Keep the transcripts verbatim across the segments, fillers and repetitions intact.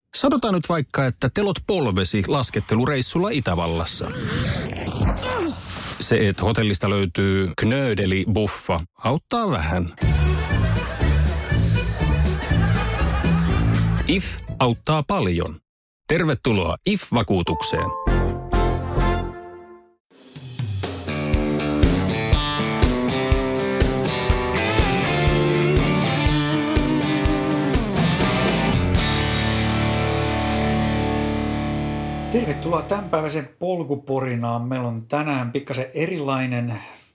Sanotaan nyt vaikka, että telot polvesi laskettelureissulla Itävallassa. Se, että hotellista löytyy knöydeli-buffa, auttaa vähän. I F auttaa paljon. Tervetuloa I F-vakuutukseen. Tervetuloa tämänpäiväisen polkuporinaan. Meillä on tänään pikkasen erilainen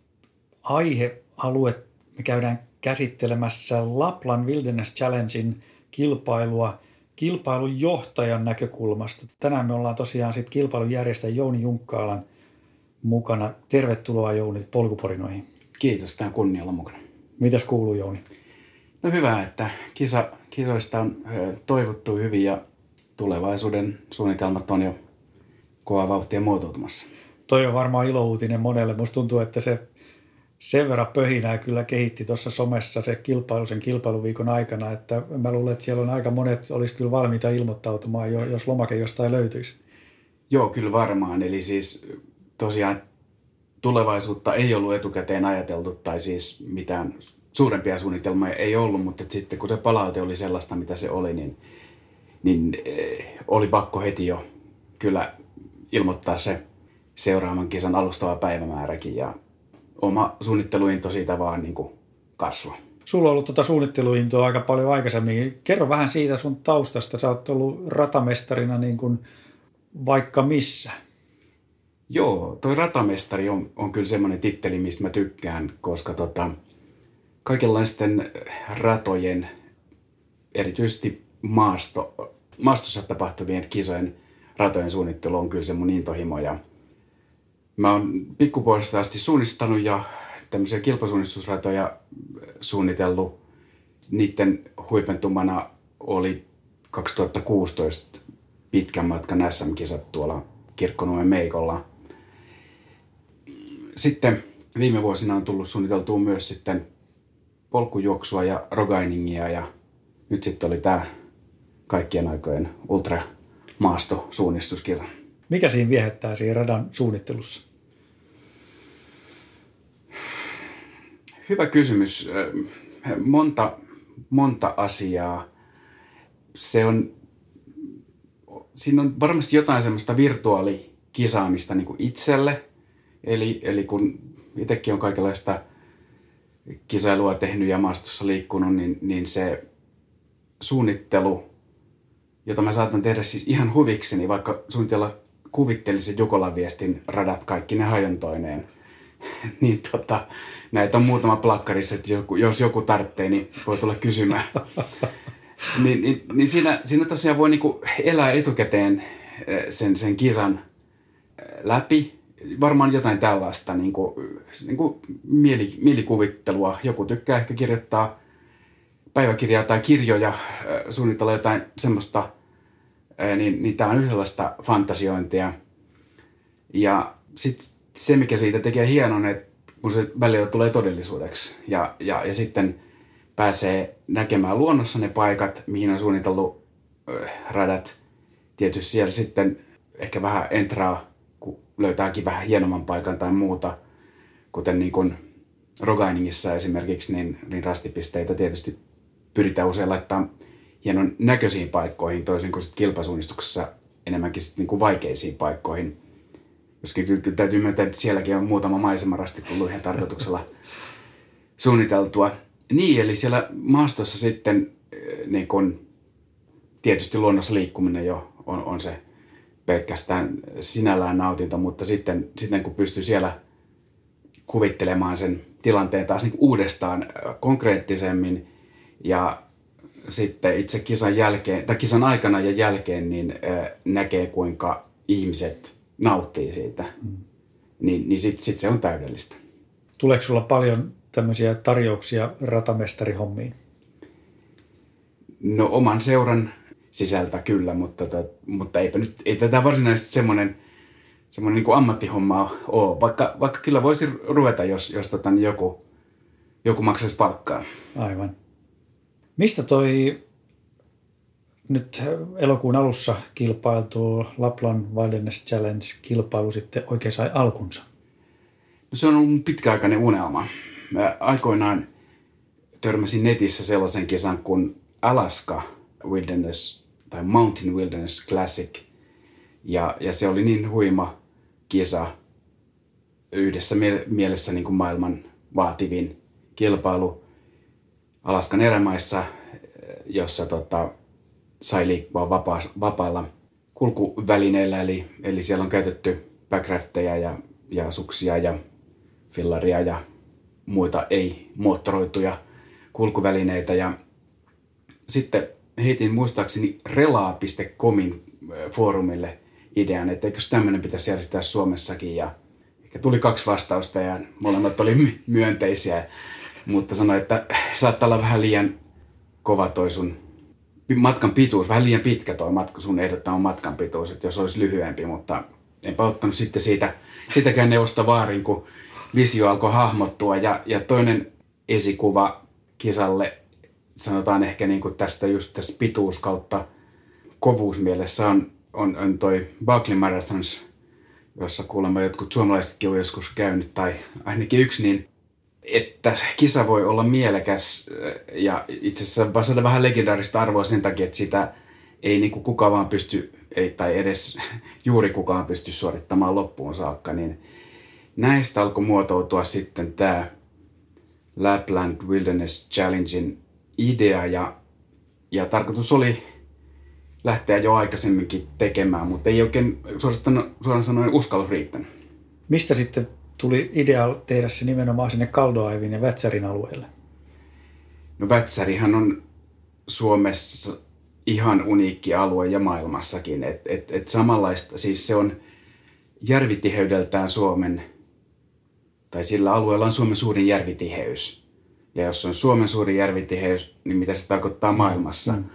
aihealue. Me käydään käsittelemässä Lapland Wilderness Challengein kilpailua kilpailun johtajan näkökulmasta. Tänään me ollaan tosiaan sitten kilpailun järjestäjä Jouni Junkkaalan mukana. Tervetuloa Jouni polkuporinoihin. Kiitos, tämä on kunnialla mukana. Mitäs kuuluu Jouni? No hyvä, että kisa, kisoista on toivottu hyvin ja tulevaisuuden suunnitelmat on jo kovaa vauhtia muotoutumassa. Toi on varmaan ilouutinen monelle. Musta tuntuu, että se sen verran pöhinää kyllä kehitti tuossa somessa se kilpailu sen kilpailuviikon aikana, että mä luulen, että siellä on aika monet olisi kyllä valmiita ilmoittautumaan, jos lomake jostain löytyisi. Joo, kyllä varmaan. Eli siis tosiaan tulevaisuutta ei ollut etukäteen ajateltu tai siis mitään suurempia suunnitelmia ei ollut, mutta sitten kun se palaute oli sellaista, mitä se oli, niin, niin oli pakko heti jo kyllä ilmoittaa se seuraavan kisan alustava päivämääräkin ja oma suunnitteluinto siitä vaan niin kuin kasvoi. Sulla on ollut tuota suunnitteluintoa aika paljon aikaisemmin. Kerro vähän siitä sun taustasta. Sä oot ollut ratamestarina niin kuin vaikka missä. Joo, toi ratamestari on, on kyllä semmoinen titteli, mistä mä tykkään, koska tota, kaikenlaisten ratojen, erityisesti maasto, maastossa tapahtuvien kisojen ratojen suunnittelu on kyllä se mun intohimo. Ja mä oon pikkupuolesta asti suunnistanut ja tämmöisiä kilpasuunnistusratoja suunnitellut. Niiden huipentumana oli kaksituhattakuusitoista pitkän matkan S M-kisat tuolla Kirkkonummen Meikolla. Sitten viime vuosina on tullut suunniteltua myös sitten polkujuoksua ja rogainingia ja nyt sitten oli tää kaikkien aikojen ultramaastosuunnistuskisa. Mikä siinä viehättää siinä radan suunnittelussa? Hyvä kysymys. Monta, monta asiaa. Se on, siinä on varmasti jotain semmoista virtuaalikisaamista niin kuin itselle. Eli, eli kun itsekin on kaikenlaista kisailua tehnyt ja maastossa liikkunut, niin, niin se suunnittelu, jota mä saatan tehdä siis ihan huvikseni, vaikka suunnitella kuvitteellisen Jukolan viestin radat kaikki ne hajontoineen. niin tota, näitä on muutama plakkarissa, että jos joku tarvitsee, niin voi tulla kysymään. niin, niin, niin siinä, siinä tosiaan voi niinku elää etukäteen sen, sen kisan läpi. Varmaan jotain tällaista niinku, niinku mieli, mielikuvittelua. Joku tykkää ehkä kirjoittaa päiväkirjaa tai kirjoja, suunnitella jotain semmoista, niin, niin tämä on yhdenlaista fantasiointia. Ja sitten se, mikä siitä tekee hienon, että kun se välillä tulee todellisuudeksi ja, ja, ja sitten pääsee näkemään luonnossa ne paikat, mihin on suunnitellut radat. Tietysti siellä sitten ehkä vähän entraa, kun löytääkin vähän hienomman paikan tai muuta, kuten niin kuin Rogainingissa esimerkiksi, niin, niin rastipisteitä tietysti pyritään usein laittaa hienon näköisiin paikkoihin, toisin kuin sitten kilpasuunnistuksessa enemmänkin sitten niin kuin vaikeisiin paikkoihin. Joskin täytyy myöntää, että sielläkin on muutama maisemarasti tullut ihan tarkoituksella suunniteltua. Niin, eli siellä maastossa sitten niin kun, tietysti luonnossa liikkuminen jo on, on se pelkästään sinällään nautinto, mutta sitten, sitten kun pystyy siellä kuvittelemaan sen tilanteen taas niin uudestaan konkreettisemmin ja sitten itse kisan jälkeen, tai kisan aikana ja jälkeen niin näkee, kuinka ihmiset nauttii siitä, mm. niin, niin sitten sit se on täydellistä. Tuleeko sulla paljon tämmöisiä tarjouksia ratamestarihommiin? No oman seuran sisältä kyllä, mutta, mutta eipä nyt, ei tätä varsinaisesti semmoinen, semmoinen niin kuin ammattihomma ole, vaikka, vaikka kyllä voisi ruveta, jos, jos tota, niin joku, joku maksaisi palkkaa. Aivan. Mistä toi nyt elokuun alussa kilpailtu Lapland Wilderness Challenge-kilpailu sitten oikein sai alkunsa? No se on ollut pitkäaikainen unelma. Mä aikoinaan törmäsin netissä sellaisen kisan kuin Alaska Wilderness tai Mountain Wilderness Classic. Ja, ja se oli niin huima kisa, yhdessä mielessä niin kuin maailman vaativin kilpailu Alaskan erämaissa, jossa tota, sai liikkua vapa- vapailla kulkuvälineillä. Eli, eli siellä on käytetty backrafteja ja, ja suksia ja fillaria ja muita ei-moottoroituja kulkuvälineitä. Ja sitten heitin muistaakseni relaa piste comin foorumille idean, että eikös tämmöinen pitäisi järjestää Suomessakin. Ja tuli kaksi vastausta ja molemmat oli myönteisiä, mutta sanoi, että saattaa olla vähän liian kova toi sun matkan pituus, vähän liian pitkä toi matka, sun ehdottama matkan pituus, että jos olisi lyhyempi, mutta enpä ottanut sitten siitä, sitäkään neuvosta vaarin, kun visio alkoi hahmottua. Ja, ja toinen esikuva kisalle, sanotaan ehkä niin kuin tästä just tästä pituus kautta kovuusmielessä on, on, on toi Barkley Marathons, jossa kuulemma jotkut suomalaisetkin on joskus käynyt, tai ainakin yksi, niin että kisa voi olla mielekäs ja itse asiassa saada vähän legendaarista arvoa sen takia, että sitä ei niin kuin kukaan vaan pysty, ei, tai edes juuri kukaan pysty suorittamaan loppuun saakka, niin näistä alkoi muotoutua sitten tämä Lapland Wilderness Challengein idea, ja, ja tarkoitus oli lähteä jo aikaisemminkin tekemään, mutta ei oikein suoraan sanoen uskallus riittänyt. Mistä sitten tuli idea tehdä se nimenomaan sinne Kaldoaivin ja Vätsärin alueelle? No Vätsärihän on Suomessa ihan uniikki alue ja maailmassakin. Et, et, et samanlaista, siis se on järvitiheydeltään Suomen, tai sillä alueella on Suomen suurin järvitiheys. Ja jos on Suomen suurin järvitiheys, niin mitä se tarkoittaa maailmassa? Mm.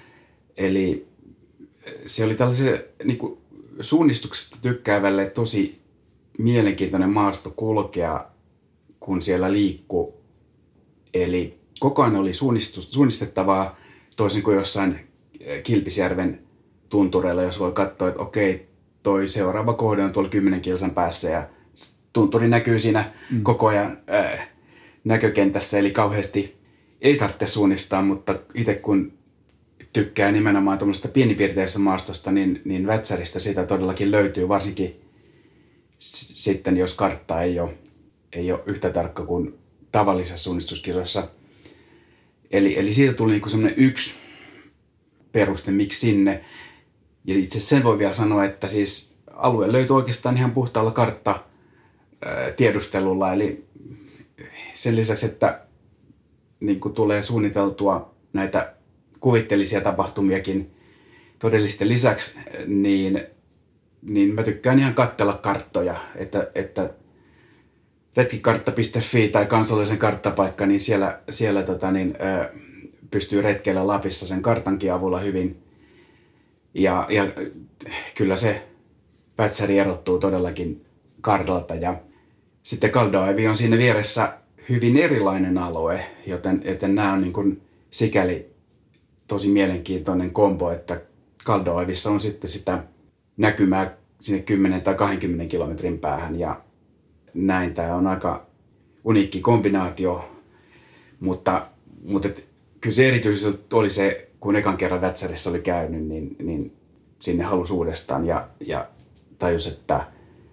Eli se oli tällaisen niin kuin suunnistuksesta tykkäävälle tosi mielenkiintoinen maasto kulkea, kun siellä liikkuu. Eli koko ajan oli suunnistettavaa, toisin kuin jossain Kilpisjärven tuntureilla, jos voi katsoa, että okei, toi seuraava kohde on tuolla kymmenen kilsan päässä ja tunturi näkyy siinä mm. koko ajan äh, näkökentässä, eli kauheasti ei tarvitse suunnistaa, mutta itse kun tykkää nimenomaan tuollaista pienipiirteisestä maastosta, niin, niin Vätsäristä sitä todellakin löytyy, varsinkin s- sitten jos kartta ei ole, ei ole yhtä tarkka kuin tavallisessa suunnistuskisossa. Eli, eli siitä tuli niinku semmoinen yksi peruste, miksi sinne. Ja itse sen voi vielä sanoa, että siis alue löytyy oikeastaan ihan puhtaalla karttatiedustelulla. Eli sen lisäksi, että niin kuin tulee suunniteltua näitä kuvitteellisia tapahtumiakin todellisten lisäksi, niin, niin mä tykkään ihan katsella karttoja, että, että retkikartta piste fi tai kansallisen karttapaikka, niin siellä, siellä tota niin, ö, pystyy retkeillä Lapissa sen kartankin avulla hyvin. Ja, ja kyllä se Vätsäri erottuu todellakin kartalta. Ja sitten Kaldoaivi on siinä vieressä hyvin erilainen alue, joten, joten nämä on niin kuin sikäli tosi mielenkiintoinen kombo, että Kaldoaivissa on sitten sitä näkymää sinne kymmenen tai kaksikymmentä kilometrin päähän ja näin. Tämä on aika uniikki kombinaatio, mutta, mutta et, kyllä se erityisesti oli se, kun ekan kerran Vätsärissä oli käynyt, niin, niin sinne halusi uudestaan ja, ja tajus, että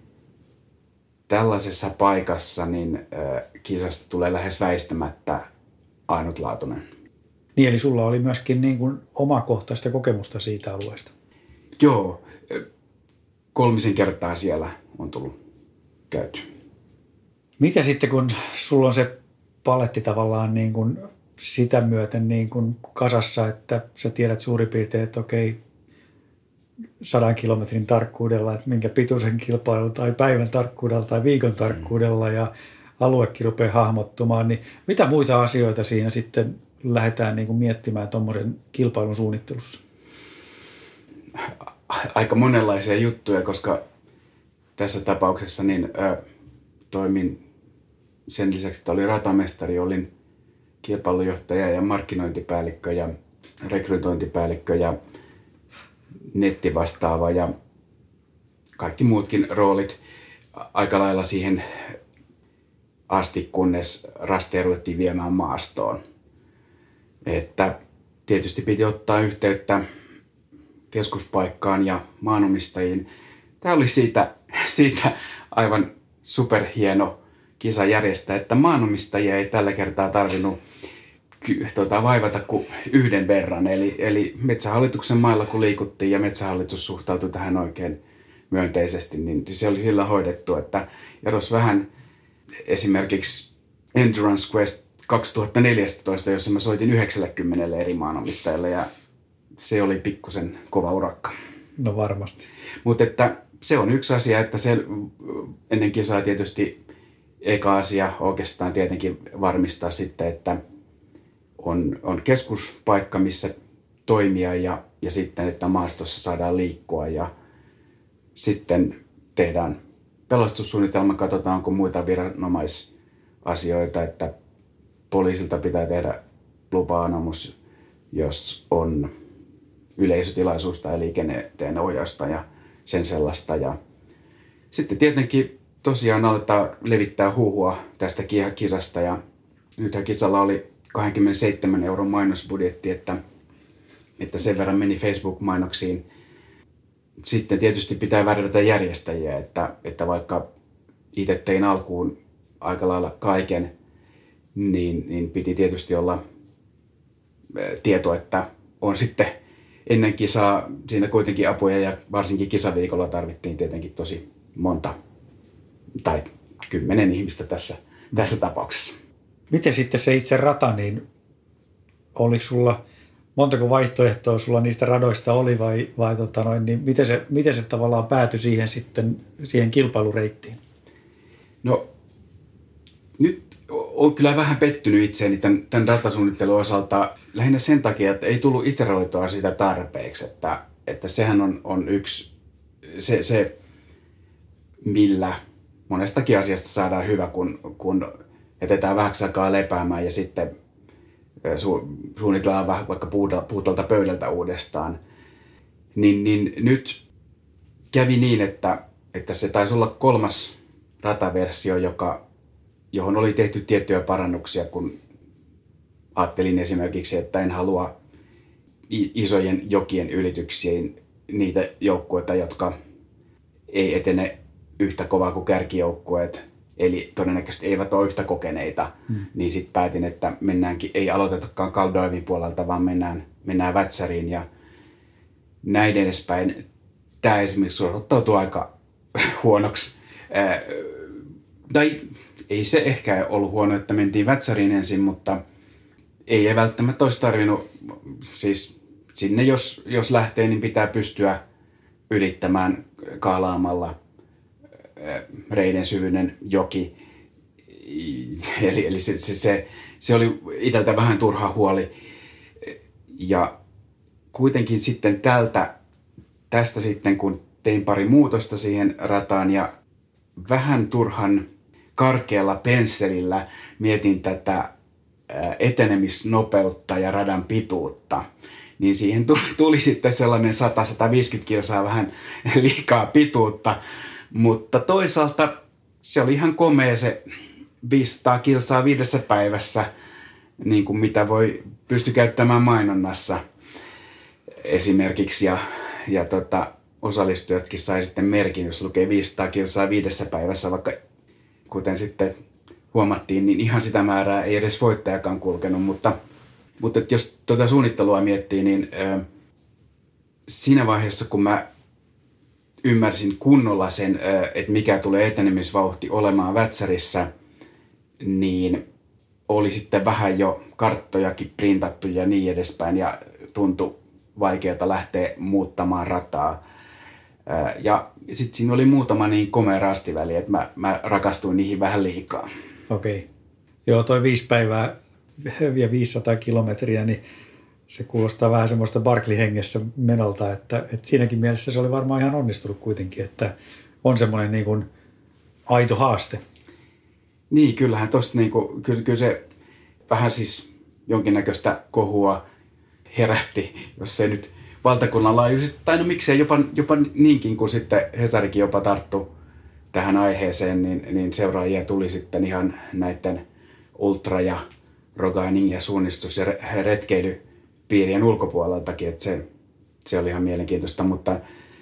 tällaisessa paikassa niin äh, kisasta tulee lähes väistämättä ainutlaatuinen. Niin, eli sulla oli myöskin niin kuin omakohtaista kokemusta siitä alueesta. Joo, kolmisen kertaa siellä on tullut käyty. Mitä sitten, kun sulla on se paletti tavallaan niin kuin sitä myöten niin kuin kasassa, että sä tiedät suurin piirtein, että okei, sadan kilometrin tarkkuudella, että minkä pituisen kilpailun tai päivän tarkkuudella tai viikon tarkkuudella ja aluekin rupeaa hahmottumaan, niin mitä muita asioita siinä sitten lähdetään niin kuin miettimään tuommoisen kilpailun suunnittelussa? Aika monenlaisia juttuja, koska tässä tapauksessa niin, ö, toimin sen lisäksi, että olin ratamestari, olin kilpailujohtaja ja markkinointipäällikkö ja rekrytointipäällikkö ja nettivastaava ja kaikki muutkin roolit aika lailla siihen asti, kunnes rasteja ruvettiin viemään maastoon. Että tietysti piti ottaa yhteyttä keskuspaikkaan ja maanomistajiin. Tämä oli siitä, siitä aivan superhieno kisa järjestää, että maanomistajia ei tällä kertaa tarvinnut tuota, vaivata kuin yhden verran. Eli, eli Metsähallituksen mailla kun liikuttiin ja Metsähallitus suhtautui tähän oikein myönteisesti, niin se oli sillä hoidettu, että eros vähän esimerkiksi Endurance Quest kaksituhattaneljätoista, jossa mä soitin yhdeksänkymmentä eri maanomistajalle ja se oli pikkusen kova urakka. No varmasti. Mutta että se on yksi asia, että se ennen kisaa tietysti eka asia oikeastaan tietenkin varmistaa sitten, että on, on keskuspaikka, missä toimia ja, ja sitten, että maastossa saadaan liikkua ja sitten tehdään pelastussuunnitelma, katsotaan onko muita viranomaisasioita, että poliisilta pitää tehdä lupa-anomus, jos on yleisötilaisuus tai liikenteen ohjausta ja sen sellaista. Ja sitten tietenkin tosiaan aletaan levittää huuhua tästä kisasta ja nythän kisalla oli kaksikymmentäseitsemän euron mainosbudjetti, että, että sen verran meni Facebook-mainoksiin. Sitten tietysti pitää värvätä järjestäjiä, että, että vaikka itse tein alkuun aika lailla kaiken, niin, niin piti tietysti olla tieto, että on sitten ennen kisaa siinä kuitenkin apuja ja varsinkin kisaviikolla tarvittiin tietenkin tosi monta tai kymmenen ihmistä tässä, tässä tapauksessa. Miten sitten se itse rata, niin oliko sulla, montako vaihtoehtoa sulla niistä radoista oli vai, vai tota noin, niin miten, se, miten se tavallaan päätyi siihen sitten siihen kilpailureittiin? No nyt olen kyllä vähän pettynyt itseäni tämän, tämän datasuunnittelun osalta lähinnä sen takia, että ei tullut iteroitua sitä tarpeeksi, että, että sehän on, on yksi se, se, millä monestakin asiasta saadaan hyvä, kun, kun jätetään vähäksi aikaa lepäämään ja sitten su, suunnitellaan vähän vaikka puutalta pöydältä uudestaan. Niin, niin nyt kävi niin, että, että se taisi olla kolmas rataversio, joka johon oli tehty tiettyjä parannuksia, kun ajattelin esimerkiksi, että en halua isojen jokien ylityksiin niitä joukkueita, jotka ei etene yhtä kovaa kuin kärkijoukkueet, eli todennäköisesti eivät ole yhtä kokeneita, hmm. niin sitten päätin, että mennäänkin, ei aloitetakaan Caldoivin puolelta, vaan mennään, mennään Vätsäriin ja näin edespäin. Tämä esimerkiksi osoittautui aika huonoksi. Äh, tai ei se ehkä ollut huono, että mentiin Vätsäriin ensin, mutta ei välttämättä olisi tarvinnut, siis sinne jos, jos lähtee, niin pitää pystyä ylittämään kaalaamalla reiden syvyinen joki. Eli, eli se, se, se, se oli itseltä vähän turha huoli. Ja kuitenkin sitten tältä, tästä sitten, kun tein pari muutosta siihen rataan ja vähän turhan karkealla pensselillä mietin tätä etenemisnopeutta ja radan pituutta, niin siihen tuli sitten sellainen sata sataviisikymmentä kilsaa vähän liikaa pituutta, mutta toisaalta se oli ihan komea se viisisataa kilsaa viidessä päivässä, niin kuin mitä voi pysty käyttämään mainonnassa esimerkiksi, ja, ja tota, osallistujatkin sai sitten merkin, jos lukee viisisataa kilsaa viidessä päivässä, vaikka kuten sitten huomattiin, niin ihan sitä määrää ei edes voittajakaan kulkenut, mutta, mutta jos tuota suunnittelua miettii, niin ö, siinä vaiheessa, kun mä ymmärsin kunnolla sen, ö, että mikä tulee etenemisvauhti olemaan Vätsärissä, niin oli sitten vähän jo karttojakin printattu ja niin edespäin, ja tuntui vaikeata lähteä muuttamaan rataa. Ö, ja sitten siinä oli muutama niin komea rastiväli, että mä, mä rakastuin niihin vähän liikaa. Okei. Joo, toi viisi päivää ja viisisataa kilometriä, niin se kuulostaa vähän semmoista Barkley-hengessä menolta, että, että siinäkin mielessä se oli varmaan ihan onnistunut kuitenkin, että on semmoinen niin kuin aito haaste. Niin, kyllähän tosta niin kuin, kyllä, kyllä se vähän siis jonkinnäköistä kohua herätti, jos se nyt valtakunnan laajuisesti, tai no miksei jopa, jopa niinkin, kun sitten Hesarikin jopa tarttui tähän aiheeseen, niin, niin seuraajia tuli sitten ihan näiden ultra- ja rogaining- ja suunnistus- ja retkeilypiirien ulkopuoleltakin, että se, se oli ihan mielenkiintoista, mutta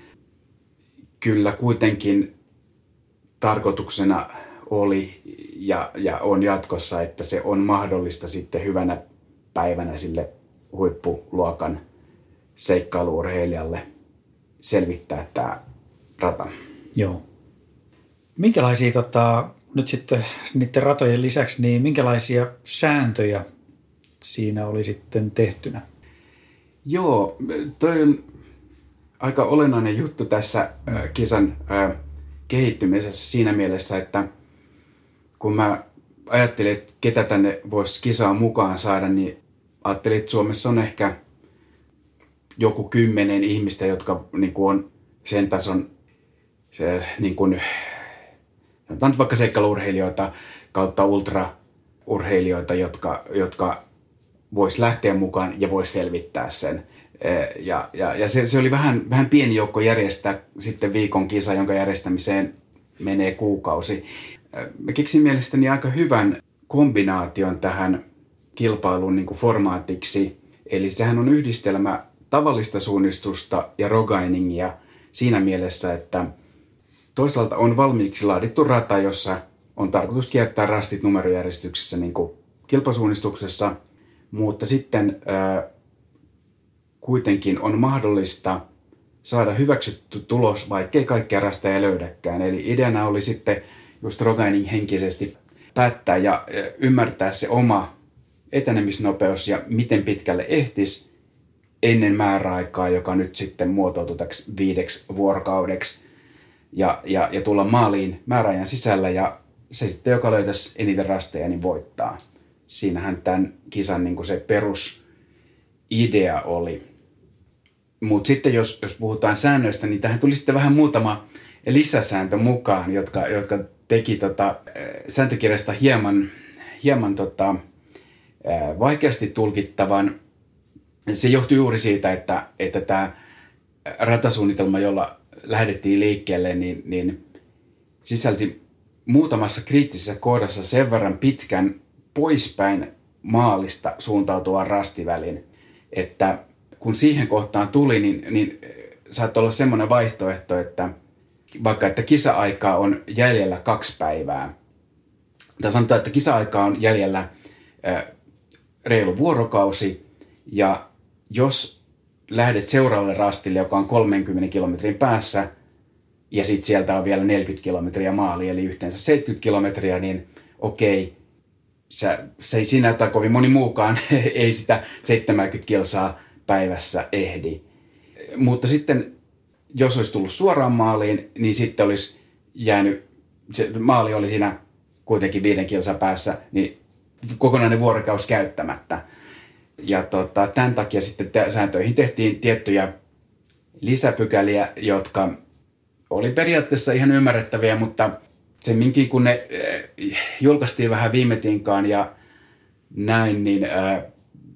kyllä kuitenkin tarkoituksena oli ja, ja on jatkossa, että se on mahdollista sitten hyvänä päivänä sille huippuluokan seikkailuurheilijalle selvittää tämä rata. Joo. Minkälaisia tota, nyt sitten niiden ratojen lisäksi, niin minkälaisia sääntöjä siinä oli sitten tehtynä? Joo, toi on aika olennainen juttu tässä äh, kisan äh, kehittymisessä siinä mielessä, että kun mä ajattelin, että ketä tänne voisi kisaa mukaan saada, niin ajattelin, että Suomessa on ehkä joku kymmenen ihmistä, jotka niin kuin on sen tason, se, niin kuin, sanotaan nyt vaikka seikkailuurheilijoita kautta ultraurheilijoita, jotka, jotka vois lähteä mukaan ja vois selvittää sen. Ja, ja, ja se, se oli vähän, vähän pieni joukko järjestää sitten viikon kisa, jonka järjestämiseen menee kuukausi. Mä keksin mielestäni aika hyvän kombinaation tähän kilpailun niin kuin formaatiksi. Eli sehän on yhdistelmä tavallista suunnistusta ja rogainingia siinä mielessä, että toisaalta on valmiiksi laadittu rata, jossa on tarkoitus kiertää rastit numerojärjestyksessä niin kuin kilpasuunnistuksessa, mutta sitten ää, kuitenkin on mahdollista saada hyväksytty tulos, vaikkei kaikkia rasteja löydäkään. Eli ideana oli sitten just rogaining henkisesti päättää ja ymmärtää se oma etenemisnopeus ja miten pitkälle ehtisi ennen määräaikaa, joka nyt sitten muotoutui täksi viideksi vuorokaudeksi ja, ja, ja tulla maaliin määräajan sisällä ja se sitten, joka löytäisi eniten rasteja, niin voittaa. Siinähän tämän kisan niin kuin se perusidea oli. Mutta sitten jos, jos puhutaan säännöistä, niin tähän tuli sitten vähän muutama lisäsääntö mukaan, jotka, jotka teki tota, sääntökirjasta hieman, hieman tota, vaikeasti tulkittavan. Se johtui juuri siitä, että, että tämä ratasuunnitelma, jolla lähdettiin liikkeelle, niin, niin sisälti muutamassa kriittisessä kohdassa sen verran pitkän poispäin maalista suuntautuvan rastivälin, että kun siihen kohtaan tuli, niin, niin saattoi olla semmoinen vaihtoehto, että vaikka että kisa-aikaa on jäljellä kaksi päivää, tai sanotaan, että kisa-aikaa on jäljellä äh, reilu vuorokausi, ja jos lähdet seuraavalle rastille, joka on kolmenkymmenen kilometrin päässä, ja sitten sieltä on vielä neljäkymmentä kilometriä maaliin, eli yhteensä seitsemänkymmentä kilometriä, niin okei, sä, se ei sinä tai kovin moni muukaan ei sitä seitsemänkymmentä kilsaa päivässä ehdi. Mutta sitten, jos olisi tullut suoraan maaliin, niin sitten olisi jäänyt, se maali oli siinä kuitenkin viiden kilsan päässä, niin kokonainen vuorokausi käyttämättä. Ja tota, tämän takia sitten te- sääntöihin tehtiin tiettyjä lisäpykäliä, jotka oli periaatteessa ihan ymmärrettäviä, mutta semminkin kun ne äh, julkaistiin vähän viime tinkaan ja näin, niin äh,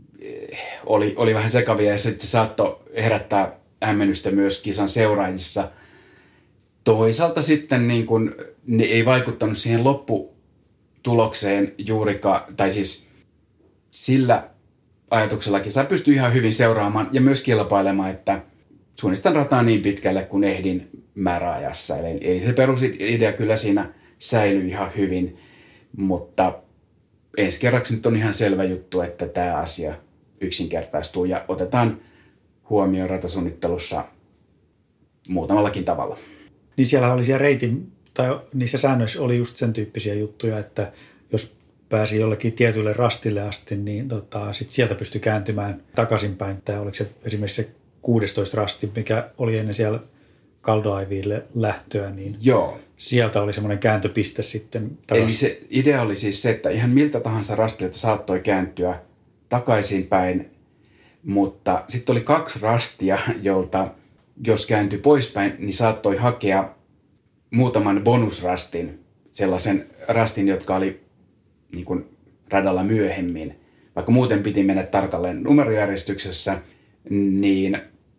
oli, oli vähän sekavia ja sitten se saattoi herättää hämmennystä myös kisan seuraajissa. Toisaalta sitten niin kun, ne ei vaikuttanut siihen lopputulokseen juurikaan, tai siis sillä ajatuksella kisa pystyi ihan hyvin seuraamaan ja myös kilpailemaan, että suunnistan rataa niin pitkälle kuin ehdin määräajassa. Eli, eli se perusidea kyllä siinä säilyi ihan hyvin, mutta ensi kerraksi nyt on ihan selvä juttu, että tämä asia yksinkertaistuu ja otetaan huomioon ratasuunnittelussa muutamallakin tavalla. Niin siellä oli siellä reitin, tai niissä säännöissä oli just sen tyyppisiä juttuja, että jos pääsi jollekin tietylle rastille asti, niin tota, sit sieltä pystyi kääntymään takaisinpäin. Tämä oliko se esimerkiksi se kuudestoista rasti, mikä oli ennen siellä Kaldaiviille lähtöä, niin Joo. Sieltä oli semmoinen kääntöpiste sitten takaisin. Eli se idea oli siis se, että ihan miltä tahansa rastilta saattoi kääntyä takaisinpäin, mutta sitten oli kaksi rastia, jolta jos kääntyi poispäin, niin saattoi hakea muutaman bonusrastin, sellaisen rastin, jotka oli niin kuin radalla myöhemmin. Vaikka muuten piti mennä tarkalleen numerojärjestyksessä, niin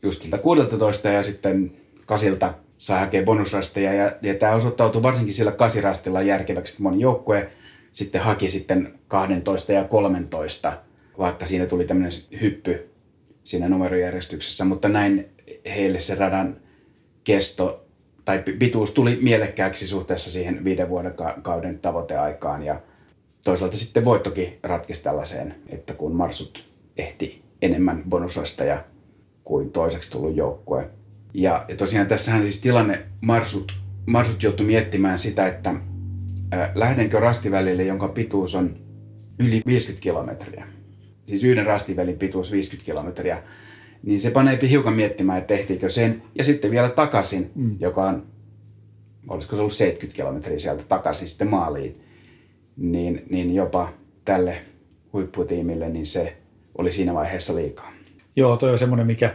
just siltä kuudeltatoista ja sitten kasilta sai hakea bonusrasteja. Ja, ja tämä osoittautui varsinkin sillä kasirastilla järkeväksi, että moni joukkue sitten haki sitten kaksitoista ja kolmetoista, vaikka siinä tuli tämmöinen hyppy siinä numerojärjestyksessä. Mutta näin heille se radan kesto tai pituus tuli mielekkääksi suhteessa siihen viiden vuoden kauden tavoiteaikaan. Ja toisaalta sitten voittokin ratkesi tällaiseen, että kun marsut ehti enemmän bonusrasteja kuin toiseksi tullut joukkue. Ja, ja tosiaan tässähän siis tilanne, marsut, marsut joutui miettimään sitä, että ää, lähdenkö rastivälille, jonka pituus on yli viisikymmentä kilometriä. Siis yhden rastivälin pituus viisikymmentä kilometriä. Niin se panee hiukan miettimään, että tehtiinkö sen. Ja sitten vielä takaisin, mm. joka on, olisiko se ollut seitsemänkymmentä kilometriä sieltä takaisin sitten maaliin. Niin, niin jopa tälle huipputiimille, niin se oli siinä vaiheessa liikaa. Joo, toi on semmoinen, mikä,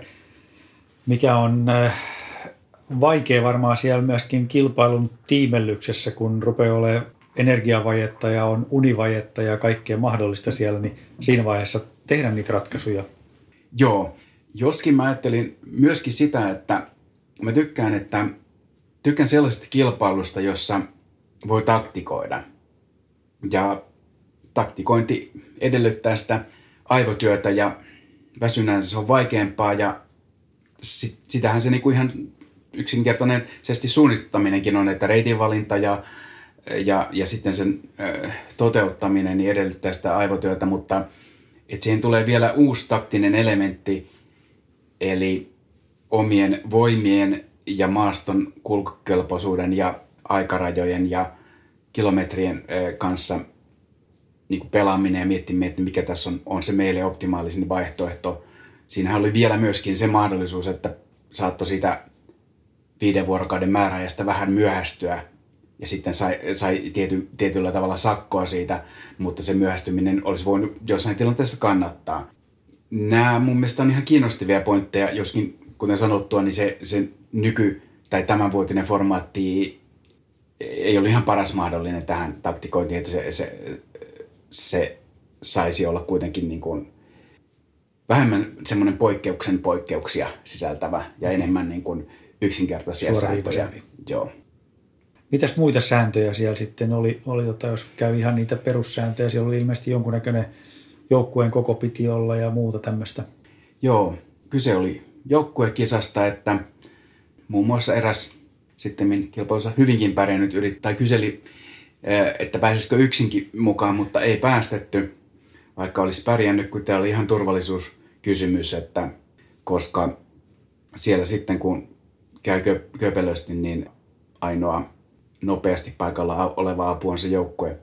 mikä on äh, vaikea varmaan siellä myöskin kilpailun tiimellyksessä, kun rupeaa olemaan energiavajetta ja on univajetta ja kaikkea mahdollista siellä, niin siinä vaiheessa tehdä niitä ratkaisuja. Joo, joskin mä ajattelin myöskin sitä, että mä tykkään, että tykkään sellaisesta kilpailusta, jossa voi taktikoida. Ja taktikointi edellyttää sitä aivotyötä ja väsynään se on vaikeampaa ja sit, sitähän se niinku ihan yksinkertaisesti suunnistaminenkin on, että reitinvalinta ja, ja, ja sitten sen ö, toteuttaminen niin edellyttää sitä aivotyötä, mutta et siihen tulee vielä uusi taktinen elementti, eli omien voimien ja maaston kulkukelpoisuuden ja aikarajojen ja kilometrien ö, kanssa niin kuin pelaaminen ja miettiminen, että mikä tässä on, on se meille optimaalisin vaihtoehto. Siinähän oli vielä myöskin se mahdollisuus, että saattoi siitä viiden vuorokauden määräajasta vähän myöhästyä ja sitten sai, sai tiety, tietyllä tavalla sakkoa siitä, mutta se myöhästyminen olisi voinut jossain tilanteessa kannattaa. Nämä mun mielestä on ihan kiinnostavia pointteja, joskin kuten sanottua, niin se, se nyky- tai tämänvuotinen formaatti ei ole ihan paras mahdollinen tähän taktikointiin, että se, se se saisi olla kuitenkin niin kuin vähemmän semmoinen poikkeuksen poikkeuksia sisältävä ja enemmän niin kuin yksinkertaisia sääntöjä. Joo. Mitäs muita sääntöjä siellä sitten oli, oli tota, jos käy ihan niitä perussääntöjä, siellä oli ilmeisesti jonkunnäköinen joukkueen koko piti olla ja muuta tämmöistä. Joo, kyse oli joukkuekisasta, että muun muassa eräs sitten kilpailussa hyvinkin pärjännyt yrittää tai kyseli, että pääsisikö yksinkin mukaan, mutta ei päästetty, vaikka olisi pärjännyt, kun tämä oli ihan turvallisuuskysymys, että koska siellä sitten kun käy köpelösti, niin ainoa nopeasti paikalla oleva apu on se joukkue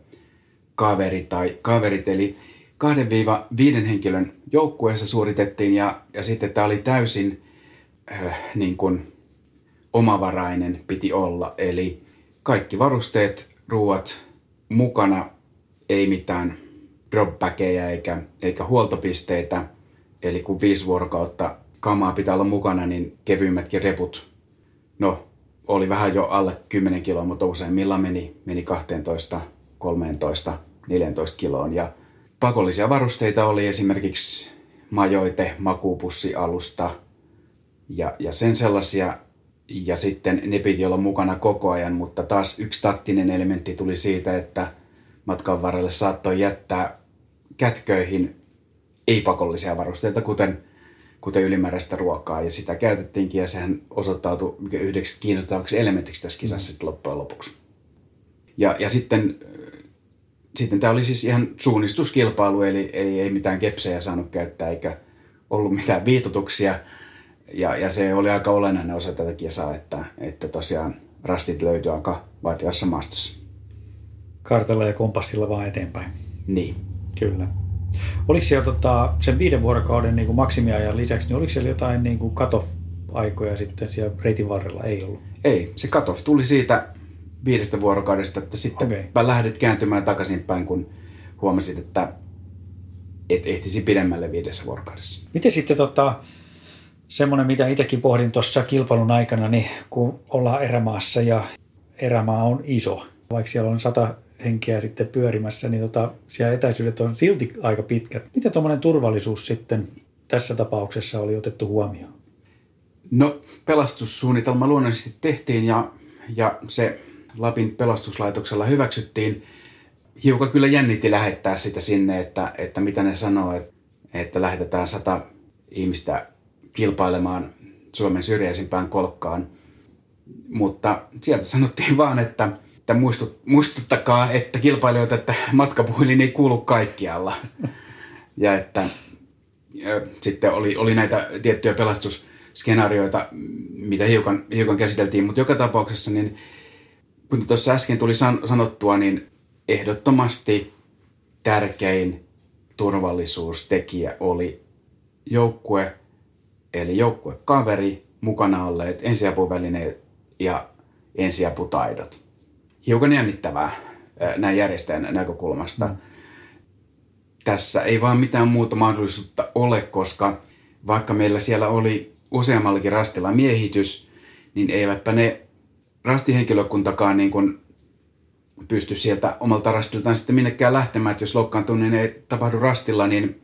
kaveri tai kaverit, eli kahden viiva viiden henkilön joukkueessa suoritettiin ja, ja sitten tämä oli täysin äh, niin kuin omavarainen piti olla, eli kaikki varusteet, ruuat mukana, ei mitään dropbackeja eikä, eikä huoltopisteitä. Eli kun viisi vuorokautta kamaa pitää olla mukana, niin kevyimmätkin reput, no oli vähän jo alle kymmenen kiloa, mutta useimmilla meni, meni kaksitoista, kolmetoista, neljätoista kiloon. Ja pakollisia varusteita oli esimerkiksi majoite, makuupussialusta ja, ja sen sellaisia. Ja sitten ne piti olla mukana koko ajan, mutta taas yksi taktinen elementti tuli siitä, että matkan varrelle saattoi jättää kätköihin ei-pakollisia varusteita, kuten, kuten ylimääräistä ruokaa. Ja sitä käytettiinkin ja sehän osoittautui yhdeksi kiinnostavaksi elementiksi tässä kisassa mm. loppujen lopuksi. Ja, ja sitten, sitten tämä oli siis ihan suunnistuskilpailu, eli ei, ei mitään kepsejä saanut käyttää eikä ollut mitään viitotuksia. Ja, ja se oli aika olennainen osa tätä kisaa, että, että tosiaan rastit löytyi aika vaativassa maastossa. Kartalla ja kompassilla vaan eteenpäin. Niin. Kyllä. Oliko siellä tota, sen viiden vuorokauden niin kuin maksimiajan lisäksi, niin oliko siellä jotain niin kuin cut-off-aikoja sitten siellä reitin varrella? Ei ollut. Ei, se cut-off tuli siitä viidestä vuorokaudesta, että sitten okay. lähdit kääntymään takaisinpäin, kun huomasit, että et ehtisi pidemmälle viidessä vuorokaudessa. Miten sitten tota... semmoinen, mitä itsekin pohdin tuossa kilpailun aikana, niin kun ollaan erämaassa ja erämaa on iso, vaikka siellä on sata henkeä sitten pyörimässä, niin tota, siellä etäisyydet on silti aika pitkät. Miten tuommoinen turvallisuus sitten tässä tapauksessa oli otettu huomioon? No, pelastussuunnitelma luonnollisesti tehtiin ja, ja se Lapin pelastuslaitoksella hyväksyttiin. Hiukan kyllä jännitti lähettää sitä sinne, että, että mitä ne sanoo, että, että lähetetään sata ihmistä kilpailemaan Suomen syrjäisimpään kolkkaan. Mutta sieltä sanottiin vaan, että, että muistut, muistuttakaa, että kilpailijoita, että matkapuhelin ei kuulu kaikkialla. Ja että ja sitten oli, oli näitä tiettyjä pelastusskenaarioita, mitä hiukan, hiukan käsiteltiin. Mutta joka tapauksessa, niin, kun tuossa äsken tuli san, sanottua, niin ehdottomasti tärkein turvallisuustekijä oli joukkue, eli joukkuekaveri, mukana olleet ensiapuvälineet ja ensiaputaidot. Hiukan jännittävää näin järjestäjän näkökulmasta. Mm. Tässä ei vaan mitään muuta mahdollisuutta ole, koska vaikka meillä siellä oli useammallakin rastilla miehitys, niin eivätpä ne rastihenkilökuntakaan niin kuin pysty sieltä omalta rastiltaan sitten minnekään lähtemään, että jos loukkaantuu, niin ei tapahdu rastilla, niin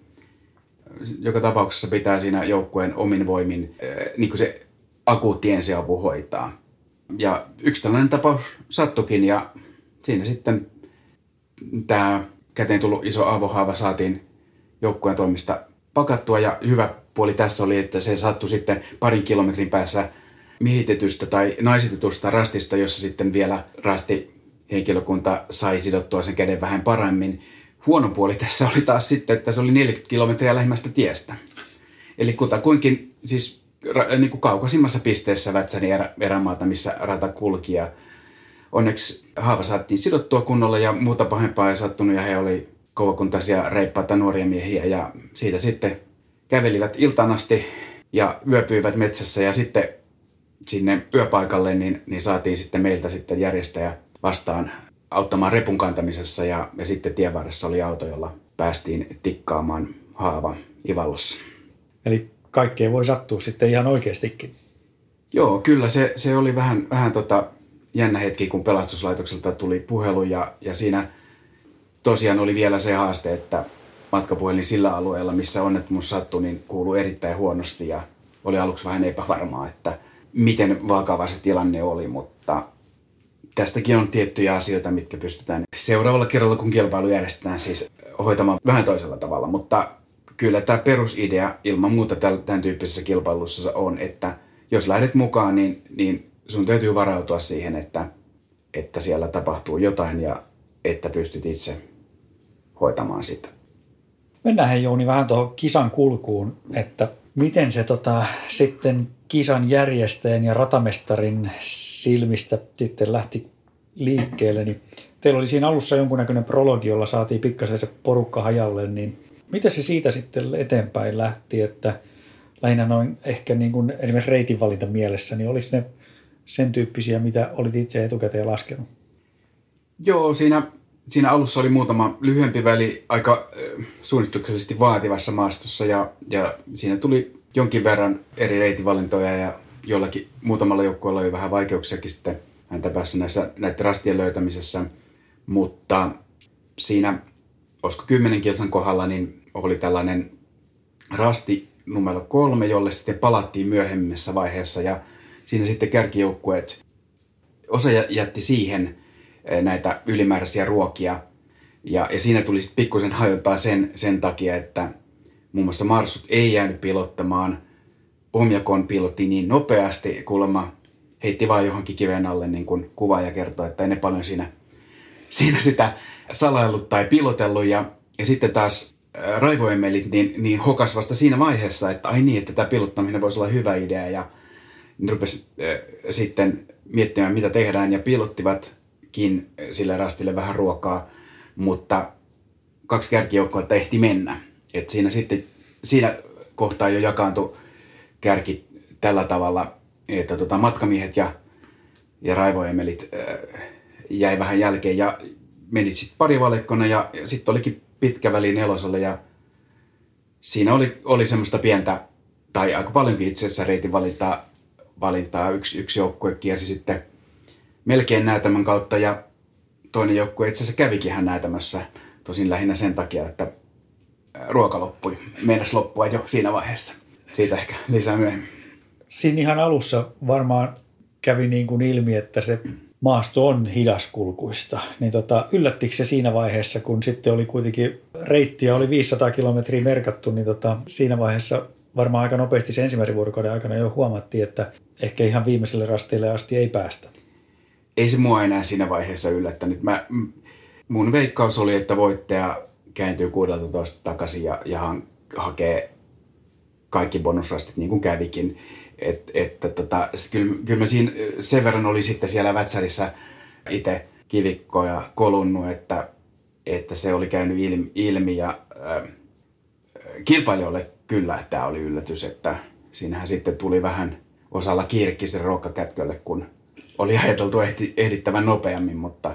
joka tapauksessa pitää siinä joukkueen omin voimin niin kuin se akuutti ensiapu hoitaa. Ja yksi tällainen tapaus sattukin ja siinä sitten tämä käteen tullut iso avohaava saatiin joukkueen toimista pakattua ja hyvä puoli tässä oli, että se sattui sitten parin kilometrin päässä miehitetystä tai naisitetusta rastista, jossa sitten vielä rastihenkilökunta sai sidottua sen käden vähän paremmin. Huono puoli tässä oli taas sitten, että se oli neljäkymmentä kilometriä lähimmästä tiestä. Eli kutakuinkin siis niin kuin kaukaisimmassa pisteessä Vätsäni erä, erämaata, missä rata kulki. Ja onneksi haava saatiin sidottua kunnolla ja muuta pahempaa ei sattunut ja he oli kovakuntaisia reippaita nuoria miehiä ja siitä sitten kävelivät iltaan asti ja yöpyivät metsässä ja sitten sinne yöpaikalle niin, niin saatiin sitten meiltä sitten järjestäjä vastaan auttamaan repun kantamisessa ja, ja sitten tien varressa oli auto, jolla päästiin tikkaamaan haava Ivallossa. Eli kaikkea voi sattua sitten ihan oikeastikin. Joo, kyllä se, se oli vähän, vähän tota jännä hetki, kun pelastuslaitokselta tuli puhelu ja, ja siinä tosiaan oli vielä se haaste, että matkapuhelin sillä alueella, missä onnettomuus sattui, niin kuului erittäin huonosti ja oli aluksi vähän epävarmaa, että miten vakava se tilanne oli, mutta tästäkin on tiettyjä asioita, mitkä pystytään seuraavalla kerralla, kun kilpailu järjestetään, siis hoitamaan vähän toisella tavalla, mutta kyllä tämä perusidea ilman muuta tämän tyyppisessä kilpailussa on, että jos lähdet mukaan, niin, niin sun täytyy varautua siihen, että, että siellä tapahtuu jotain ja että pystyt itse hoitamaan sitä. Mennään hei Jouni vähän tuohon kisan kulkuun, että miten se tota, sitten kisan järjestäjän ja ratamestarin silmistä sitten lähti liikkeelle. Niin teillä oli siinä alussa jonkunnäköinen prologi, jolla saatiin pikkasen se porukka hajalle, niin miten se siitä sitten eteenpäin lähti, että lähinnä noin ehkä niin kuin esimerkiksi reitinvalinta mielessä, niin oliko ne sen tyyppisiä, mitä olit itse etukäteen laskenut? Joo, siinä, siinä alussa oli muutama lyhyempi väli aika äh, suunnituksellisesti vaativassa maastossa ja, ja siinä tuli jonkin verran eri reitinvalintoja ja jollakin muutamalla joukkueella oli vähän vaikeuksiakin sitten häntä päässä näissä, näiden rastien löytämisessä, mutta siinä, olisiko kymmenen kilsan kohdalla, niin oli tällainen rasti numero kolme, jolle sitten palattiin myöhemmässä vaiheessa ja siinä sitten kärkijoukkueet, osa jätti siihen näitä ylimääräisiä ruokia ja, ja siinä tuli sitten pikkusen hajottaa sen, sen takia, että muun muassa Marsut ei jäänyt pilottamaan, Omjakon pilotti niin nopeasti, kuulemma heitti vaan johonkin kiven alle niin kuin kuvaaja kertoi, että ei ne paljon siinä, siinä sitä salaillut tai pilotellut ja, ja sitten taas raivoemelit niin, niin hokas vasta siinä vaiheessa, että ai niin, että tämä pilottaminen voisi olla hyvä idea ja ne rupesi äh, sitten miettimään, mitä tehdään ja pilottivatkin sille rastille vähän ruokaa, mutta kaksi kärkijoukkoa ehti mennä. Et siinä sitten siinä kohtaa jo jakaantui kärki tällä tavalla, että tota, matkamiehet ja, ja raivoemelit äh, jäi vähän jälkeen ja meni sitten parivalikkona ja, ja sitten olikin pitkä väli neloselle ja siinä oli, oli semmoista pientä, tai aika paljonkin itse asiassa reitin valintaa, valintaa. Yksi, yksi joukkue kiersi sitten melkein näytämön kautta ja toinen joukkue itse asiassa kävikin hän näytämässä, tosin lähinnä sen takia, että ruoka loppui. Meinasi loppua jo siinä vaiheessa. Siitä ehkä lisää myöhemmin. siinä ihan alussa varmaan kävi niin kuin ilmi, että se maasto on hidaskulkuista. Niin tota, yllättikö se siinä vaiheessa, kun sitten oli kuitenkin reittiä, oli viisisataa kilometriä merkattu, niin tota, siinä vaiheessa varmaan aika nopeasti sen ensimmäisen vuorokauden aikana jo huomattiin, että ehkä ihan viimeiselle rasteille asti ei päästä. Ei se mua enää siinä vaiheessa yllättänyt. Mä, mun veikkaus oli, että voittaja kääntyy kuusitoista takaisin ja, ja ha, hakee kaikki bonusrastit niin kuin kävikin. Et, että tota, kyllä, kyllä mä siinä sen verran oli sitten siellä Vätsärissä itse kivikkoja kolunnut, että, että se oli käynyt ilmi, ilmi ja äh, kilpailijoille kyllä, että tämä oli yllätys, että siinähän sitten tuli vähän osalla kiirikki sen rokkakätkölle, kun oli ajateltu ehti, ehdittävän nopeammin, mutta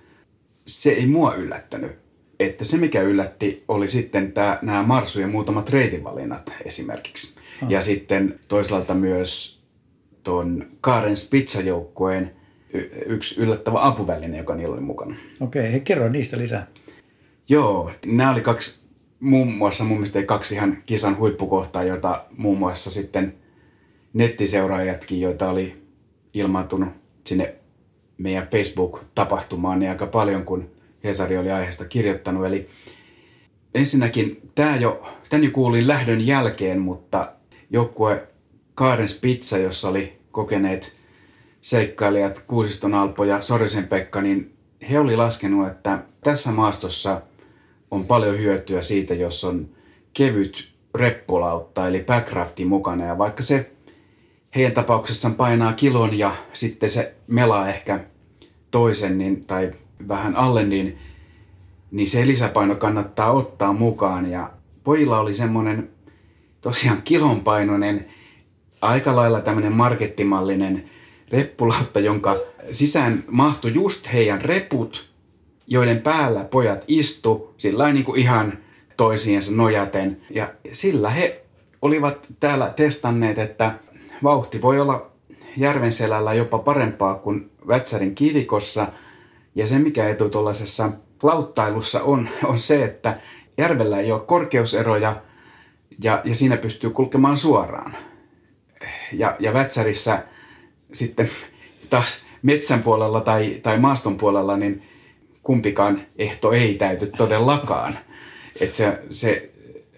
se ei mua yllättänyt. Että se, mikä yllätti, oli sitten tämä, nämä Marsu ja muutamat reitinvalinnat esimerkiksi. Hmm. Ja sitten toisaalta myös tuon Kaarens Pizza-joukkueen y- yksi yllättävä apuväline, joka niillä oli mukana. Okei, he kerro niistä lisää. Joo, nämä oli kaksi, muun muassa mun mielestä kaksi ihan kisan huippukohtaa, joita muun muassa sitten nettiseuraajatkin, joita oli ilmaantunut sinne meidän Facebook-tapahtumaan niin aika paljon, kun Hesari oli aiheesta kirjoittanut. Eli ensinnäkin tämä jo, tämän jo kuulin lähdön jälkeen, mutta joukkue Kaarens Pizza, jossa oli kokeneet seikkailijat Kuusiston Alpo ja Sorisen Pekka, niin he oli laskenut, että tässä maastossa on paljon hyötyä siitä, jos on kevyt reppulautta, eli backrafti mukana. Ja vaikka se heidän tapauksessaan painaa kilon ja sitten se melaa ehkä toisen niin, tai vähän alle, niin, niin se lisäpaino kannattaa ottaa mukaan. Ja pojilla oli semmoinen tosiaan kilonpainoinen, aika lailla tämmöinen markettimallinen reppulautta, jonka sisään mahtui just heidän reput, joiden päällä pojat istu sillä niin kuin ihan toisiinsa nojaten. Ja sillä he olivat täällä testanneet, että vauhti voi olla Järvenselällä jopa parempaa kuin Vätsärin kivikossa. Ja se, mikä etu tuollaisessa lauttailussa on, on se, että järvellä ei ole korkeuseroja ja, ja siinä pystyy kulkemaan suoraan. Ja, ja Vätsärissä sitten taas metsän puolella tai, tai maaston puolella, niin kumpikaan ehto ei täyty todellakaan. Että se, se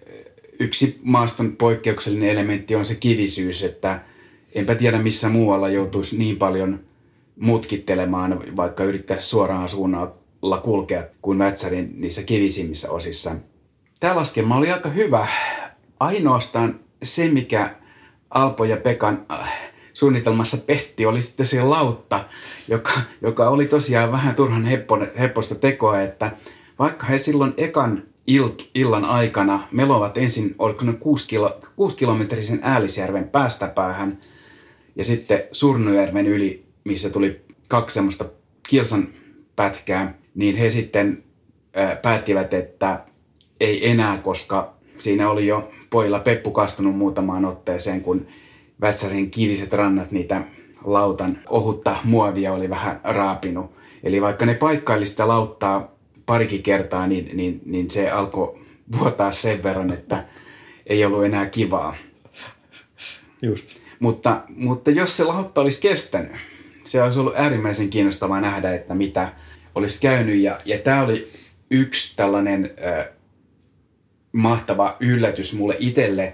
yksi maaston poikkeuksellinen elementti on se kivisyys, että enpä tiedä missä muualla joutuisi niin paljon mutkittelemaan, vaikka yrittäisi suoraan suunnalla kulkea kuin Vätsärin niissä kivisimmissä osissa. Tämä laskelma oli aika hyvä. Ainoastaan se, mikä Alpo ja Pekan suunnitelmassa petti, oli sitten se lautta, joka, joka oli tosiaan vähän turhan heppo, hepposta tekoa, että vaikka he silloin ekan ilt, illan aikana melovat ensin, oliko ne kuusi, kilo, kuusi kilometrisen Äälisjärven päästäpäähän ja sitten Surnujärven yli, missä tuli kaksi semmoista kilsan pätkää, niin he sitten ää, päättivät, että ei enää, koska siinä oli jo pojilla peppu kastunut muutamaan otteeseen, kun Vätsärin kiviset rannat niitä lautan ohutta muovia oli vähän raapinut. Eli vaikka ne paikkaili sitä lauttaa parikin kertaa, niin, niin, niin se alkoi vuotaa sen verran, että ei ollut enää kivaa. Just. Mutta, mutta jos se lautta olisi kestänyt, se olisi ollut äärimmäisen kiinnostavaa nähdä, että mitä olisi käynyt. Ja, ja tämä oli yksi tällainen äh, mahtava yllätys mulle itselle,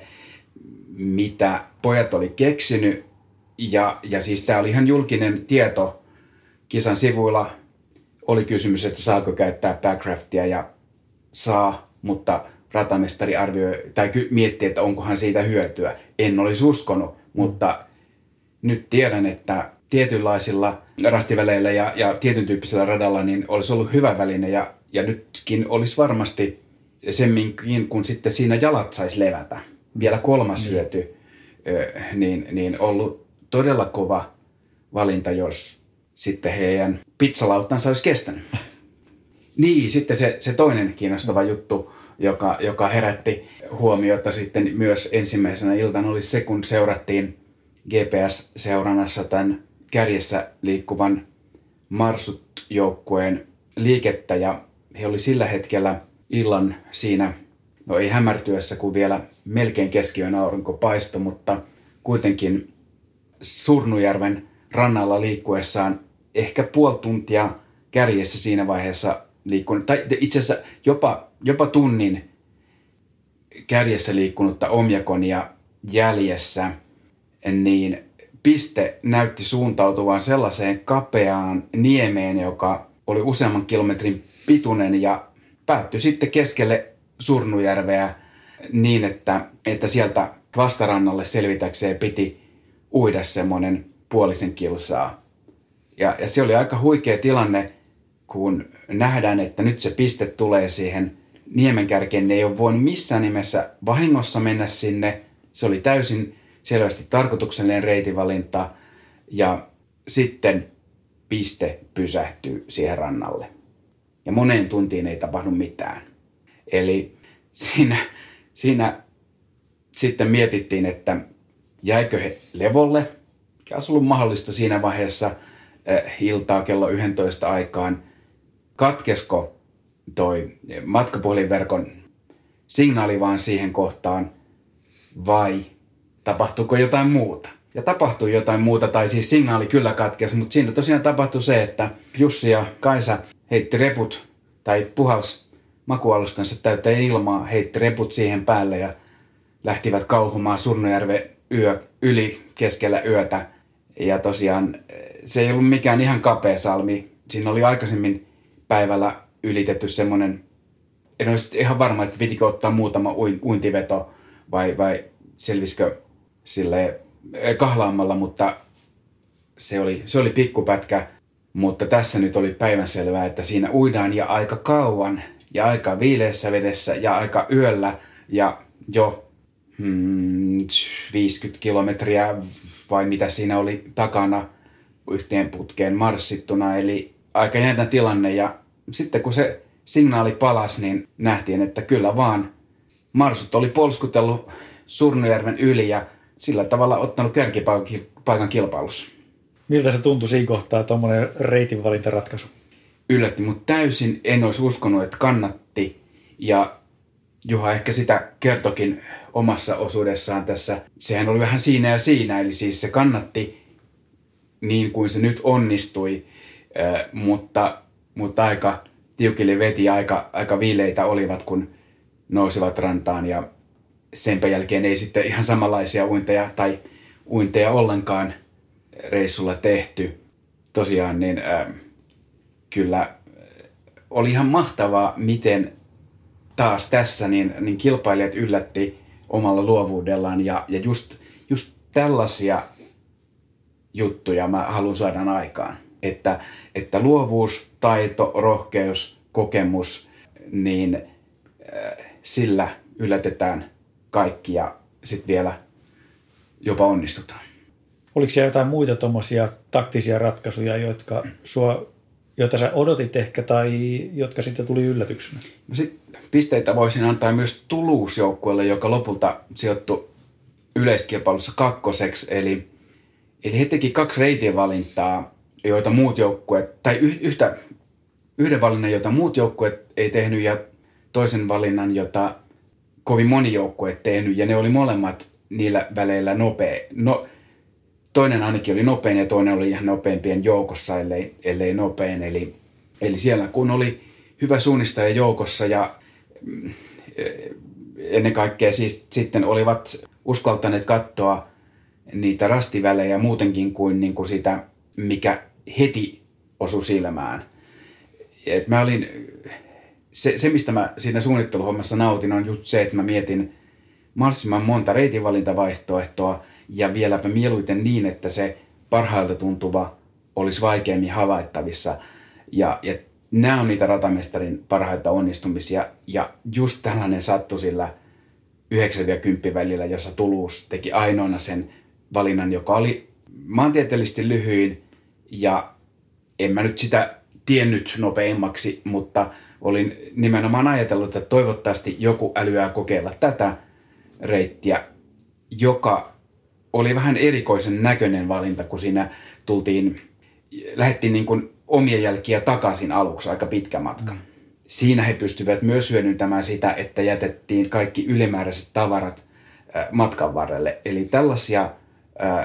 mitä pojat oli keksinyt. Ja, ja siis tämä oli ihan julkinen tieto. Kisan sivuilla oli kysymys, että saako käyttää backraftia, ja saa, mutta ratamestari arvioi tai miettii, että onkohan siitä hyötyä. En olisi uskonut, mutta nyt tiedän, että tietynlaisilla rastiväleillä ja, ja tietyn tyyppisellä radalla niin olisi ollut hyvä väline, ja, ja nytkin olisi varmasti semminkin, kun sitten siinä jalat saisi levätä. Vielä kolmas mm. hyöty, niin, niin ollut todella kova valinta, jos sitten heidän pizzalauttansa olisi kestänyt. Niin, sitten se, se toinen kiinnostava juttu, joka, joka herätti huomiota sitten myös ensimmäisenä iltana, oli se, kun seurattiin G P S-seurannassa tämän kärjessä liikkuvan Marsut-joukkueen liikettä, ja he oli sillä hetkellä illan siinä, no ei hämärtyessä, kun vielä melkein keskiyön aurinko paistoi, mutta kuitenkin Surnujärven rannalla liikkuessaan ehkä puoli tuntia kärjessä siinä vaiheessa liikkunut, tai itse asiassa jopa, jopa tunnin kärjessä liikkunutta omjakonia jäljessä, niin piste näytti suuntautuvan sellaiseen kapeaan niemeen, joka oli useamman kilometrin pituinen ja päättyi sitten keskelle Surnujärveä niin, että, että sieltä vastarannalle selvitäkseen piti uida semmoinen puolisen kilsaa. Ja, ja se oli aika huikea tilanne, kun nähdään, että nyt se piste tulee siihen niemenkärkeen. Ne ei ole voinut missään nimessä vahingossa mennä sinne. Se oli täysin selvästi tarkoituksellinen reitinvalinta. Ja sitten piste pysähtyy siihen rannalle. Ja moneen tuntiin ei tapahdu mitään. Eli siinä, siinä sitten mietittiin, että jäikö he levolle, mikä olisi ollut mahdollista siinä vaiheessa äh, iltaa kello yksitoista aikaan. Katkesko toi matkapuhelinverkon signaali vaan siihen kohtaan vai tapahtuuko jotain muuta? Ja tapahtui jotain muuta, tai siis signaali kyllä katkesi, mutta siinä tosiaan tapahtui se, että Jussi ja Kaisa heitti reput tai puhals makualustansa täyteen ilmaa, heitti reput siihen päälle ja lähtivät kauhumaan Surnujärven yö, yli keskellä yötä. Ja tosiaan se ei ollut mikään ihan kapea salmi. Siinä oli aikaisemmin päivällä ylitetty semmoinen, en ole ihan varma, että pitikö ottaa muutama uintiveto vai, vai selvisikö silleen kahlaamalla, mutta se oli, se oli pikkupätkä. Mutta tässä nyt oli päivänselvää, että siinä uidaan ja aika kauan ja aika viileässä vedessä ja aika yöllä ja jo hmm, viisikymmentä kilometriä vai mitä siinä oli takana yhteen putkeen marssittuna. Eli aika jännä tilanne ja sitten kun se signaali palasi, niin nähtiin, että kyllä vaan marsut oli polskutellut Surnujärven yli ja sillä tavalla ottanut kärkipaikan kilpailussa. Miltä se tuntui siinä kohtaa, tuommoinen reitinvalintaratkaisu? Yllätti mut täysin. En olisi uskonut, että kannatti. Ja Juha ehkä sitä kertokin omassa osuudessaan tässä. Sehän oli vähän siinä ja siinä. Eli siis se kannatti niin kuin se nyt onnistui. Äh, mutta, mutta aika tiukille veti. Aika, aika viileitä olivat, kun nousivat rantaan. Ja senpä jälkeen ei sitten ihan samanlaisia uinteja tai uinteja ollenkaan reissulla tehty. Tosiaan niin äh, kyllä oli ihan mahtavaa, miten taas tässä niin, niin kilpailijat yllätti omalla luovuudellaan ja, ja just, just tällaisia juttuja mä haluan saada aikaan. Että, että luovuus, taito, rohkeus, kokemus, niin äh, sillä yllätetään kaikki ja sitten vielä jopa onnistutaan. Oliko siellä jotain muita tuommoisia taktisia ratkaisuja, jotka, sua, joita sä odotit ehkä tai jotka sitten tuli yllätyksenä? No sit pisteitä voisin antaa myös Toulouse-joukkueelle, joka lopulta sijoittui yleiskilpailussa kakkoseksi. Eli, eli he teki kaksi reitien valintaa, joita muut joukkueet, tai yhtä, yhden valinnan, jota muut joukkueet ei tehnyt ja toisen valinnan, jota kovin moni joukkue tehnyt. Ja ne oli molemmat niillä väleillä nopea. No, toinen ainakin oli nopein ja toinen oli ihan nopeimpien joukossa, ellei, ellei nopein. Eli, eli siellä kun oli hyvä suunnistaja joukossa ja ennen kaikkea siis sitten olivat uskaltaneet katsoa niitä rastivälejä muutenkin kuin, niin kuin sitä, mikä heti osui silmään. Et mä olin, se, se, mistä mä siinä suunnitteluhommassa nautin, on just se, että mä mietin mahdollisimman monta reitinvalintavaihtoehtoa ja vieläpä mieluiten niin, että se parhailta tuntuva olisi vaikeammin havaittavissa. Ja, ja nämä on niitä ratamestarin parhaita onnistumisia. Ja just tällainen sattui sillä yhdeksän kymmenen välillä, jossa Toulouse teki ainoana sen valinnan, joka oli maantieteellisesti lyhyin. Ja en mä nyt sitä tiennyt nopeimmaksi, mutta olin nimenomaan ajatellut, että toivottavasti joku älyää kokeilla tätä reittiä, joka oli vähän erikoisen näköinen valinta, kun siinä tultiin, lähdettiin niin kuin omia jälkiä takaisin aluksi aika pitkä matka. Mm. Siinä he pystyivät myös hyödyntämään sitä, että jätettiin kaikki ylimääräiset tavarat äh, matkan varrelle. Eli tällaisia äh,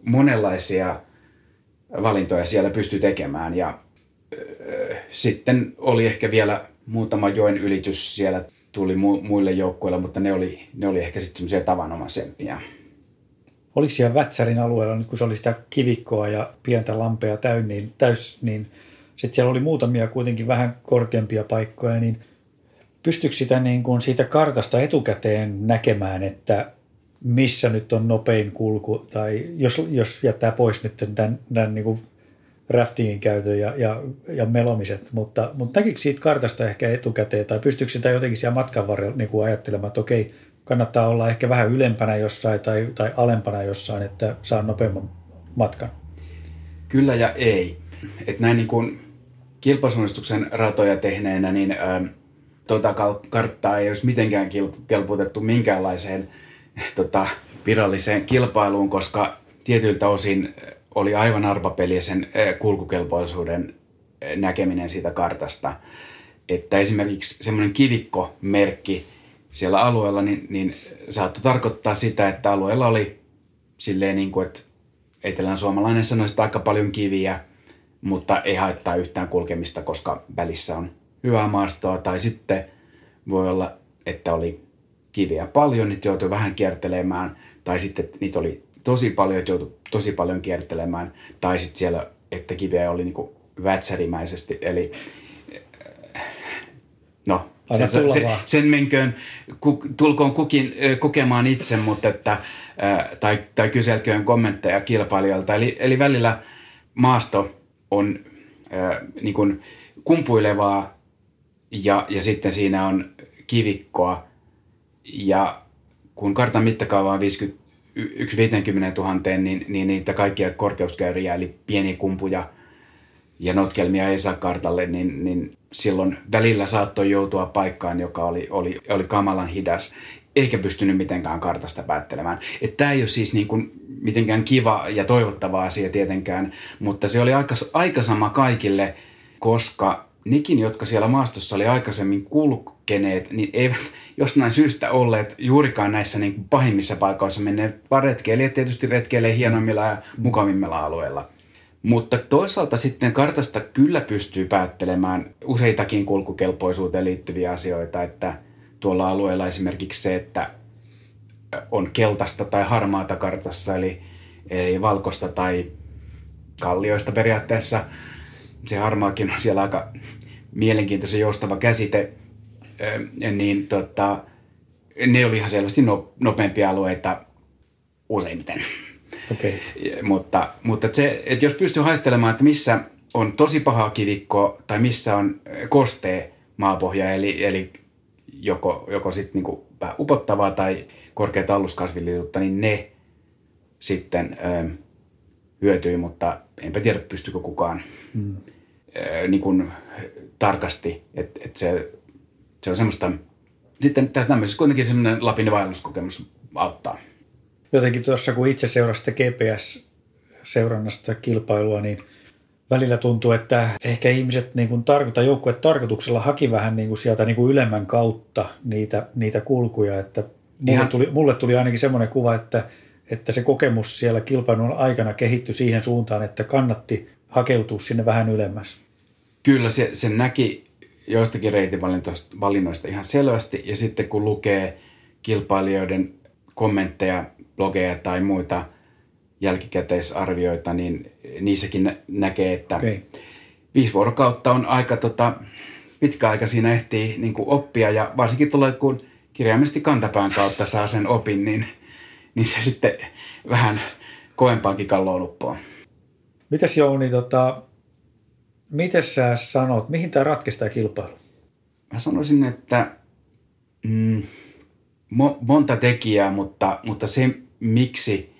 monenlaisia valintoja siellä pystyi tekemään. Ja äh, sitten oli ehkä vielä muutama joen ylitys siellä tuli mu- muille joukkueille, mutta ne oli, ne oli ehkä sitten semmoisia tavanomaisempia. Oliko siellä Vätsärin alueella, nyt kun se oli sitä kivikkoa ja pientä lampea täyn, niin, täys, niin sitten siellä oli muutamia kuitenkin vähän korkeampia paikkoja, niin pystyykö sitä niin kuin siitä kartasta etukäteen näkemään, että missä nyt on nopein kulku, tai jos, jos jättää pois nyt tämän, tämän niin kuin raftingin käytön ja, ja, ja melomiset, mutta, mutta näkikö siitä kartasta ehkä etukäteen, tai pystyykö sitä jotenkin siellä matkan varrella niin kuin ajattelemaan, että okei, kannattaa olla ehkä vähän ylempänä jossain tai, tai alempana jossain, että saa nopeamman matkan? Kyllä ja ei. Että näin niin kuin kilpasuunnistuksen ratoja tehneenä, niin ä, tota karttaa ei olisi mitenkään kelpuutettu minkäänlaiseen tota, viralliseen kilpailuun, koska tietyiltä osin oli aivan arpapeliä sen kulkukelpoisuuden näkeminen siitä kartasta. Että esimerkiksi semmoinen kivikkomerkki siellä alueella, niin, niin saattoi tarkoittaa sitä, että alueella oli silleen niin kuin, että etelän suomalainen sanoisi aika paljon kiviä, mutta ei haittaa yhtään kulkemista, koska välissä on hyvää maastoa. Tai sitten voi olla, että oli kiviä paljon, niitä joutui vähän kiertelemään. Tai sitten että niitä oli tosi paljon, että joutui tosi paljon kiertelemään. Tai sitten siellä, että kiviä oli niin kuin vätsärimäisesti. Eli no, sen, sen, sen menköön, ku, tulkoon kukin kokemaan itse, mutta että, tai, tai kyselköön kommentteja kilpailijoilta. Eli, eli välillä maasto on äh, niin kuin kumpuilevaa ja, ja sitten siinä on kivikkoa. Ja kun kartan mittakaava on yksi viisikymmentätuhatta, niin, niin niitä kaikkia korkeuskäyriä, eli pieniä kumpuja ja notkelmia ei saa kartalle, niin, niin silloin välillä saattoi joutua paikkaan, joka oli, oli, oli kamalan hidas, eikä pystynyt mitenkään kartasta päättelemään. Tämä ei ole siis niin kuin mitenkään kiva ja toivottava asia tietenkään, mutta se oli aika, aika sama kaikille, koska nekin, jotka siellä maastossa oli aikaisemmin kulkeneet, niin eivät jostain syystä olleet juurikaan näissä niin kuin pahimmissa paikoissa menneet, vaan retkeilijät tietysti retkeilee hienoimmilla ja mukavimmilla alueilla. Mutta toisaalta sitten kartasta kyllä pystyy päättelemään useitakin kulkukelpoisuuteen liittyviä asioita, että tuolla alueella esimerkiksi se, että on keltaista tai harmaata kartassa, eli, eli valkoista tai kallioista periaatteessa. Se harmaakin on siellä aika mielenkiintoisen joustava käsite, niin tota, ne oli ihan selvästi no, nopeampia alueita useimmiten. Okay. mutta mutta että se, että jos pystyy haistelemaan, että missä on tosi pahaa kivikkoa tai missä on kostee maapohja, eli, eli joko, joko sitten niinku vähän upottavaa tai korkeata alluskasvillisuutta, niin ne sitten ö, hyötyi, mutta enpä tiedä, pystyykö kukaan hmm. ö, niin kuin tarkasti, että et se, se on semmoista. Sitten tässä tämmöisessä kuitenkin semmoinen Lapin vaelluskokemus auttaa. Jotenkin tuossa, kun itse seurasi G P S-seurannasta kilpailua, niin välillä tuntuu, että ehkä ihmiset niin kuin tarko- tai joukkueet tarkoituksella haki vähän niin kuin sieltä niin kuin ylemmän kautta niitä, niitä kulkuja. Että mulle, tuli, mulle tuli ainakin semmoinen kuva, että, että se kokemus siellä kilpailun aikana kehittyi siihen suuntaan, että kannatti hakeutua sinne vähän ylemmäs. Kyllä, se, se näki joistakin reitinvalinnoista ihan selvästi. Ja sitten kun lukee kilpailijoiden kommentteja, blogeja tai muita jälkikäteisarvioita, niin niissäkin nä- näkee, että okay. viisi vuorokautta on aika tota, pitkä aika siinä ehtii niin kuin oppia, ja varsinkin tulee, kun kirjaimellisesti kantapään kautta saa sen opin, niin, niin se sitten vähän koempaankin kalloon uppoaa. Mitäs Jouni, tota, miten sä sanot, mihin tämä ratkaisi tämä kilpailu? Mä sanoisin, että mm, mo- monta tekijää, mutta, mutta se, miksi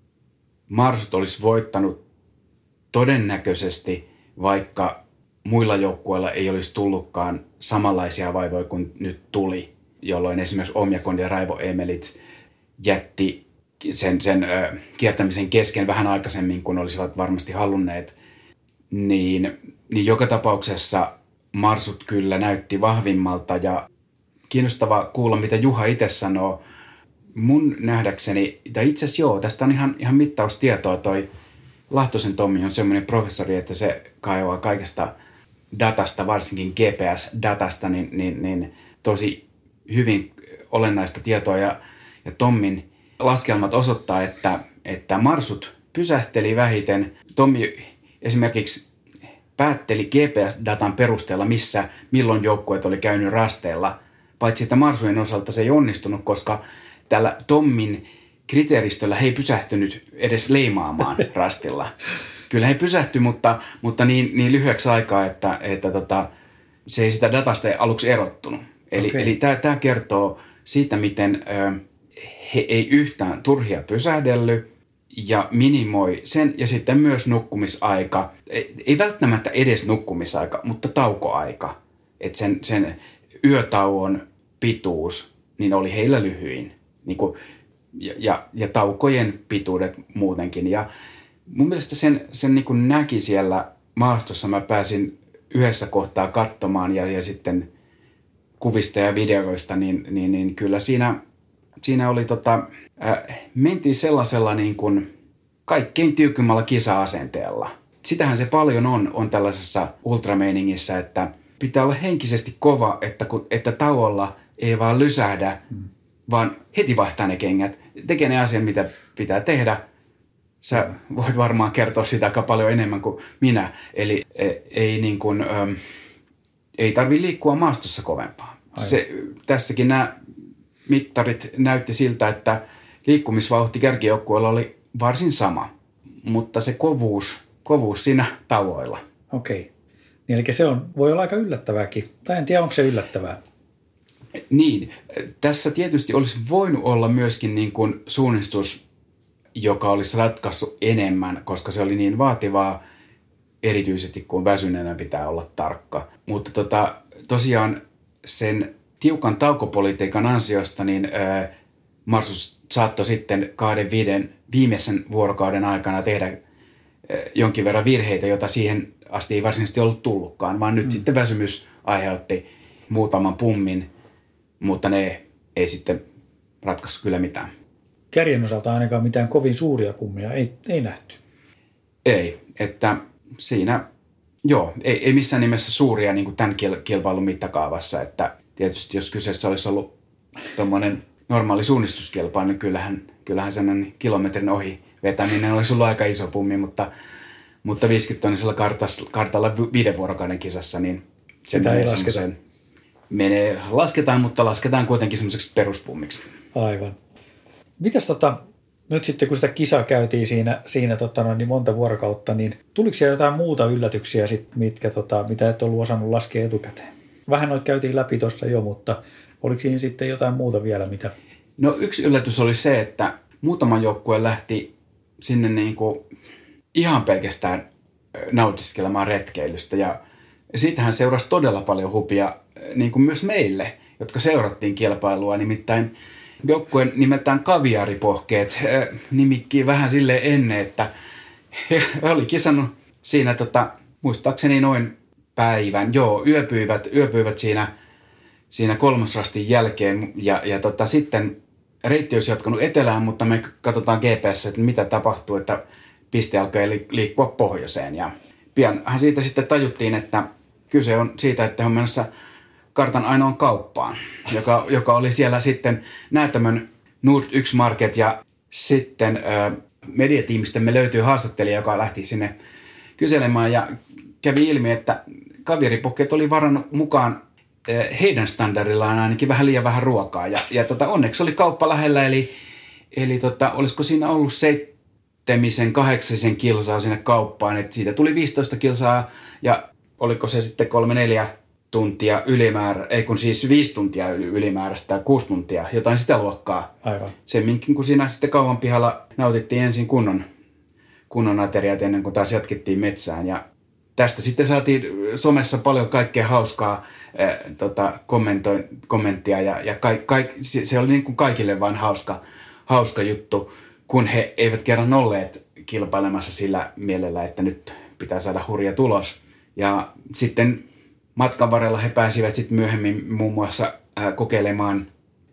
marsut olisi voittanut todennäköisesti, vaikka muilla joukkueilla ei olisi tullutkaan samanlaisia vaivoja kuin nyt tuli, jolloin esimerkiksi Omjakond ja Raivo Emelit jätti sen, sen ö, kiertämisen kesken vähän aikaisemmin, kun olisivat varmasti halunneet, niin, niin joka tapauksessa marsut kyllä näytti vahvimmalta, ja kiinnostavaa kuulla, mitä Juha itse sanoo. mun nähdäkseni, tai itse asiassa joo, tästä on ihan, ihan mittaustietoa. Toi Lahtosen Tommi on semmoinen professori, että se kaivaa kaikesta datasta, varsinkin G P S-datasta, niin, niin, niin tosi hyvin olennaista tietoa. Ja, ja Tommin laskelmat osoittaa, että, että marsut pysähteli vähiten. Tommi esimerkiksi päätteli G P S-datan perusteella, missä milloin joukkueet oli käynyt rasteilla. Paitsi että marsujen osalta se ei onnistunut, koska tällä Tommin kriteeristöllä he ei pysähtynyt edes leimaamaan rastilla. Kyllä he pysähtyi, mutta, mutta niin, niin lyhyeksi aikaa, että, että tota, se ei sitä datasta aluksi erottunut. Eli, okay. eli tämä kertoo siitä, miten ö, he ei yhtään turhia pysähdellyt ja minimoi sen, ja sitten myös nukkumisaika. Ei, ei välttämättä edes nukkumisaika, mutta taukoaika. Että sen, sen yötauon pituus niin oli heillä lyhyin. Niin kuin, ja, ja, ja taukojen pituudet muutenkin. Ja mun mielestä sen, sen niin kuin näki siellä maastossa. Mä pääsin yhdessä kohtaa katsomaan ja, ja sitten kuvista ja videoista, niin, niin, niin kyllä siinä, siinä oli tota, äh, mentiin sellaisella niin kuin kaikkein tiukimmalla kisa-asenteella. Sitähän se paljon on, on tällaisessa ultrameiningissä, että pitää olla henkisesti kova, että, kun, että tauolla ei vaan lysähdä, mm. vaan heti vaihtaa ne kengät, tekee ne asiat, mitä pitää tehdä. Sä voit varmaan kertoa sitä aika paljon enemmän kuin minä. Eli ei, niin kuin, ähm, ei tarvitse liikkua maastossa kovempaa. Se, tässäkin nämä mittarit näytti siltä, että liikkumisvauhti kärkijoukkueella oli varsin sama, mutta se kovuus, kovuus siinä tauoilla. Okei. Niin, eli se on, voi olla aika yllättävääkin. Tai en tiedä, onko se yllättävää. Niin. Tässä tietysti olisi voinut olla myöskin niin kuin suunnistus, joka olisi ratkaissut enemmän, koska se oli niin vaativaa, erityisesti kun väsyneenä pitää olla tarkka. Mutta tota, tosiaan sen tiukan taukopolitiikan ansiosta niin ää, Marsus saattoi sitten kahden viiden viimeisen vuorokauden aikana tehdä ää, jonkin verran virheitä, jota siihen asti ei varsinaisesti ollut tullutkaan, vaan nyt mm. sitten väsymys aiheutti muutaman pummin, mutta ne ei sitten ratkaissut kyllä mitään. Kärjen osalta ainakaan mitään kovin suuria pummia ei, ei nähty. Ei, että siinä, joo, ei, ei missään nimessä suuria niin kuin tämän kilpailun mittakaavassa, että tietysti jos kyseessä olisi ollut tuommoinen normaali suunnistuskilpailu, niin kyllähän, kyllähän sellainen kilometrin ohi vetäminen olisi ollut aika iso pummi, mutta, mutta viisikymmentä-tonnisella kartalla viiden vuorokauden kisassa, niin se menee semmoiseen, menee, lasketaan, mutta lasketaan kuitenkin semmoiseksi peruspummiksi. Aivan. Mitäs tota, nyt sitten kun sitä kisaa käytiin siinä, siinä tota, no, niin monta vuorokautta, niin tuliko siellä jotain muuta yllätyksiä, sit, mitkä, tota, mitä et ollut osannut laskea etukäteen? Vähän noita käytiin läpi tuossa jo, mutta oliko siinä sitten jotain muuta vielä? Mitä? No yksi yllätys oli se, että muutama joukkue lähti sinne niin kuin ihan pelkästään nautiskelemaan retkeilystä. Ja siitähän seurasi todella paljon hupia niin kuin myös meille, jotka seurattiin kilpailua. Nimittäin joukkueen nimeltään Kaviaripohkeet nimikkiin vähän silleen ennen, että he oli kisannut siinä tota, muistaakseni noin päivän. Joo, yöpyivät, yöpyivät siinä, siinä kolmosrastin jälkeen ja, ja tota, sitten reitti olisi jatkanut etelään, mutta me katsotaan G P S, että mitä tapahtuu, että piste alkoi liikkua pohjoiseen. Ja pianhan siitä sitten tajuttiin, että kyse on siitä, että on menossa kartan ainoan kauppaan, joka, joka oli siellä sitten Näätämön Nord yksi Market ja sitten ö, mediatiimistämme löytyy haastattelija, joka lähti sinne kyselemään ja kävi ilmi, että Kaviaripohkeet oli varannut mukaan ö, heidän standardillaan ainakin vähän liian vähän ruokaa ja, ja tota, onneksi oli kauppa lähellä, eli, eli tota, olisiko siinä ollut seitsemisen, kahdeksan kilsaa sinne kauppaan, että siitä tuli viisitoista kilsaa ja oliko se sitten kolme, neljä tuntia ylimäärä, ei kun siis viisi tuntia ylimääräistä tai kuusi tuntia, jotain sitä luokkaa. Aivan. Semminkin kun siinä sitten kauan pihalla nautittiin ensin kunnon, kunnon ateriat ennen kuin taas jatkettiin metsään. Ja tästä sitten saatiin somessa paljon kaikkea hauskaa äh, tota, kommenttia ja, ja kaik, kaik, se, se oli niin kuin kaikille vain hauska, hauska juttu, kun he eivät kerran olleet kilpailemassa sillä mielellä, että nyt pitää saada hurja tulos. Ja sitten matkan varrella he pääsivät sitten myöhemmin muun muassa ää, kokeilemaan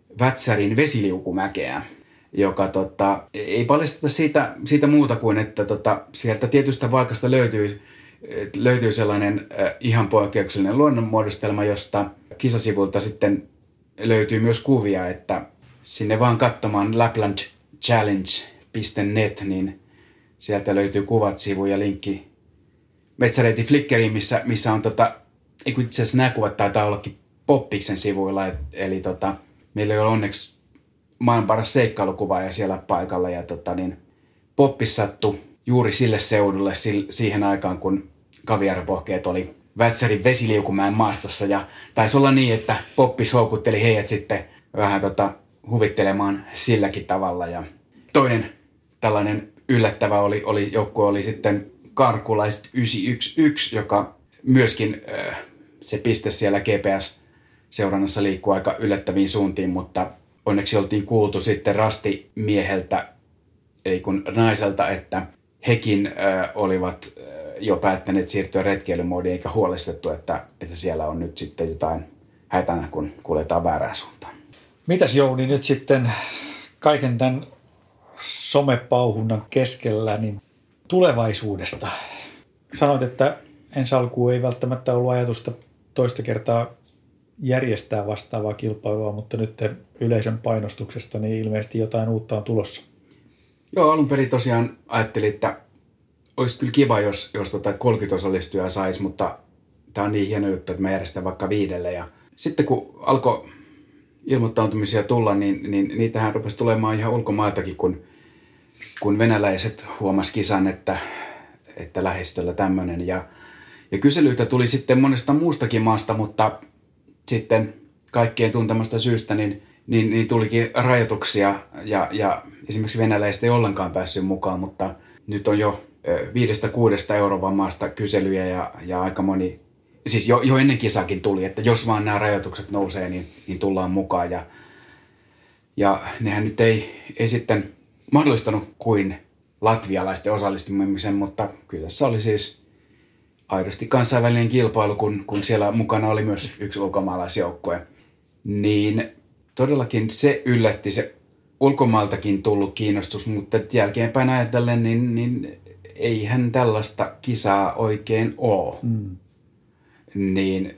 Vätsärin vesiliukumäkeä, joka tota, ei paljasteta siitä, siitä muuta kuin, että tota, sieltä tietystä paikasta löytyy, löytyy sellainen äh, ihan poikkeuksellinen luonnonmuodostelma, josta kisasivulta sitten löytyy myös kuvia, että sinne vaan katsomaan lapland challenge piste net, niin sieltä löytyy kuvat, sivu ja linkki Metsäreitin Flickriin, missä, missä on tota, itse asiassa nämä kuvat taitaa ollakin Poppiksen sivuilla, et, eli tota, meillä ei ole onneksi maailman paras seikkailukuvaaja siellä paikalla, ja tota, niin, Poppis sattui juuri sille seudulle si, siihen aikaan, kun kaviaripohkeet oli Vätsärin vesiliukumäen maastossa, ja taisi olla niin, että Poppis houkutteli heidät sitten vähän tota, huvittelemaan silläkin tavalla, ja toinen tällainen yllättävä oli, oli, joukkue oli sitten karkulaiset yhdeksän yksi yksi, joka myöskin äh, se piste siellä G P S-seurannassa liikkuu aika yllättäviin suuntiin, mutta onneksi oltiin kuultu sitten rastimieheltä, ei kun naiselta, että hekin äh, olivat äh, jo päättäneet siirtyä retkeilymoodiin, eikä huolestettu, että, että siellä on nyt sitten jotain hätänä, kun kuljetaan väärään suuntaan. Mitäs Jouni nyt sitten kaiken tämän somepauhunnan keskellä niin tulevaisuudesta? Sanoit, että ensi alkuun ei välttämättä ollut ajatusta toista kertaa järjestää vastaavaa kilpailua, mutta nyt yleisön painostuksesta niin ilmeisesti jotain uutta on tulossa. Joo, alun perin tosiaan ajattelin, että olisi kyllä kiva, jos, jos tota kolmekymmentä osallistujaa saisi, mutta tämä on niin hieno juttu, että mä järjestän vaikka viidelle. Ja sitten kun alkoi ilmoittautumisia tulla, niin, niin niitähän rupesi tulemaan ihan ulkomailtakin, kun, kun venäläiset huomasi kisan, että, että lähistöllä tämmöinen. Ja, ja kyselyitä tuli sitten monesta muustakin maasta, mutta sitten kaikkien tuntemasta syystä niin, niin, niin tulikin rajoituksia ja, ja esimerkiksi venäläiset ei ollenkaan päässyt mukaan, mutta nyt on jo viidestä kuudesta Euroopan maasta kyselyjä ja, ja aika moni, siis jo, jo ennen kisaakin tuli, että jos vaan nämä rajoitukset nousee, niin, niin tullaan mukaan. Ja, ja nehän nyt ei, ei sitten mahdollistanut kuin latvialaisten osallistumisen, mutta kyllä se oli siis aidosti kansainvälinen kilpailu, kun, kun siellä mukana oli myös yksi ulkomaalaisjoukkue. Niin todellakin se yllätti se ulkomailtakin tullut kiinnostus, mutta jälkeenpäin ajatellen, niin, niin eihän tällaista kisaa oikein ole. Mm. Niin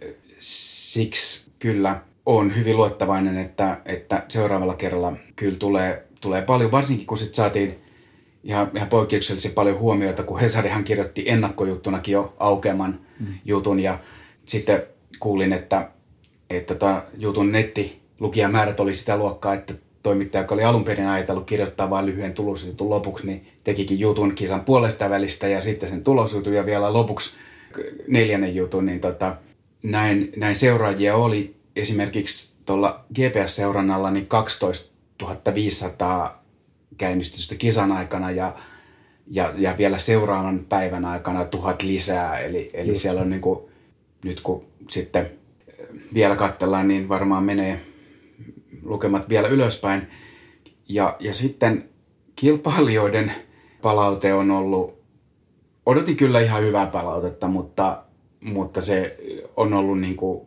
siksi kyllä on hyvin luottavainen, että, että seuraavalla kerralla kyllä tulee, tulee paljon, varsinkin kun sitten saatiin ihan, ihan poikkeuksellisen paljon huomiota, kun Hesarihan kirjoitti ennakkojuttunakin jo aukeaman mm. jutun, ja sitten kuulin, että, että tota jutun nettilukijamäärät oli sitä luokkaa, että toimittaja, joka oli alun perin ajatellut kirjoittaa vain lyhyen tulosjutun lopuksi, niin tekikin jutun kisan puolesta välistä ja sitten sen tulosjutun ja vielä lopuksi neljännen jutun, niin tota, näin, näin seuraajia oli esimerkiksi tuolla G P S-seurannalla niin kaksitoistatuhatta viisisataa käynnistystä kisan aikana ja, ja, ja vielä seuraavan päivän aikana tuhat lisää, eli, eli siellä on niin kuin, nyt kun sitten vielä katsellaan, niin varmaan menee lukemat vielä ylöspäin. Ja, ja sitten kilpailijoiden palaute on ollut, odotin kyllä ihan hyvää palautetta, mutta, mutta se on ollut niin kuin,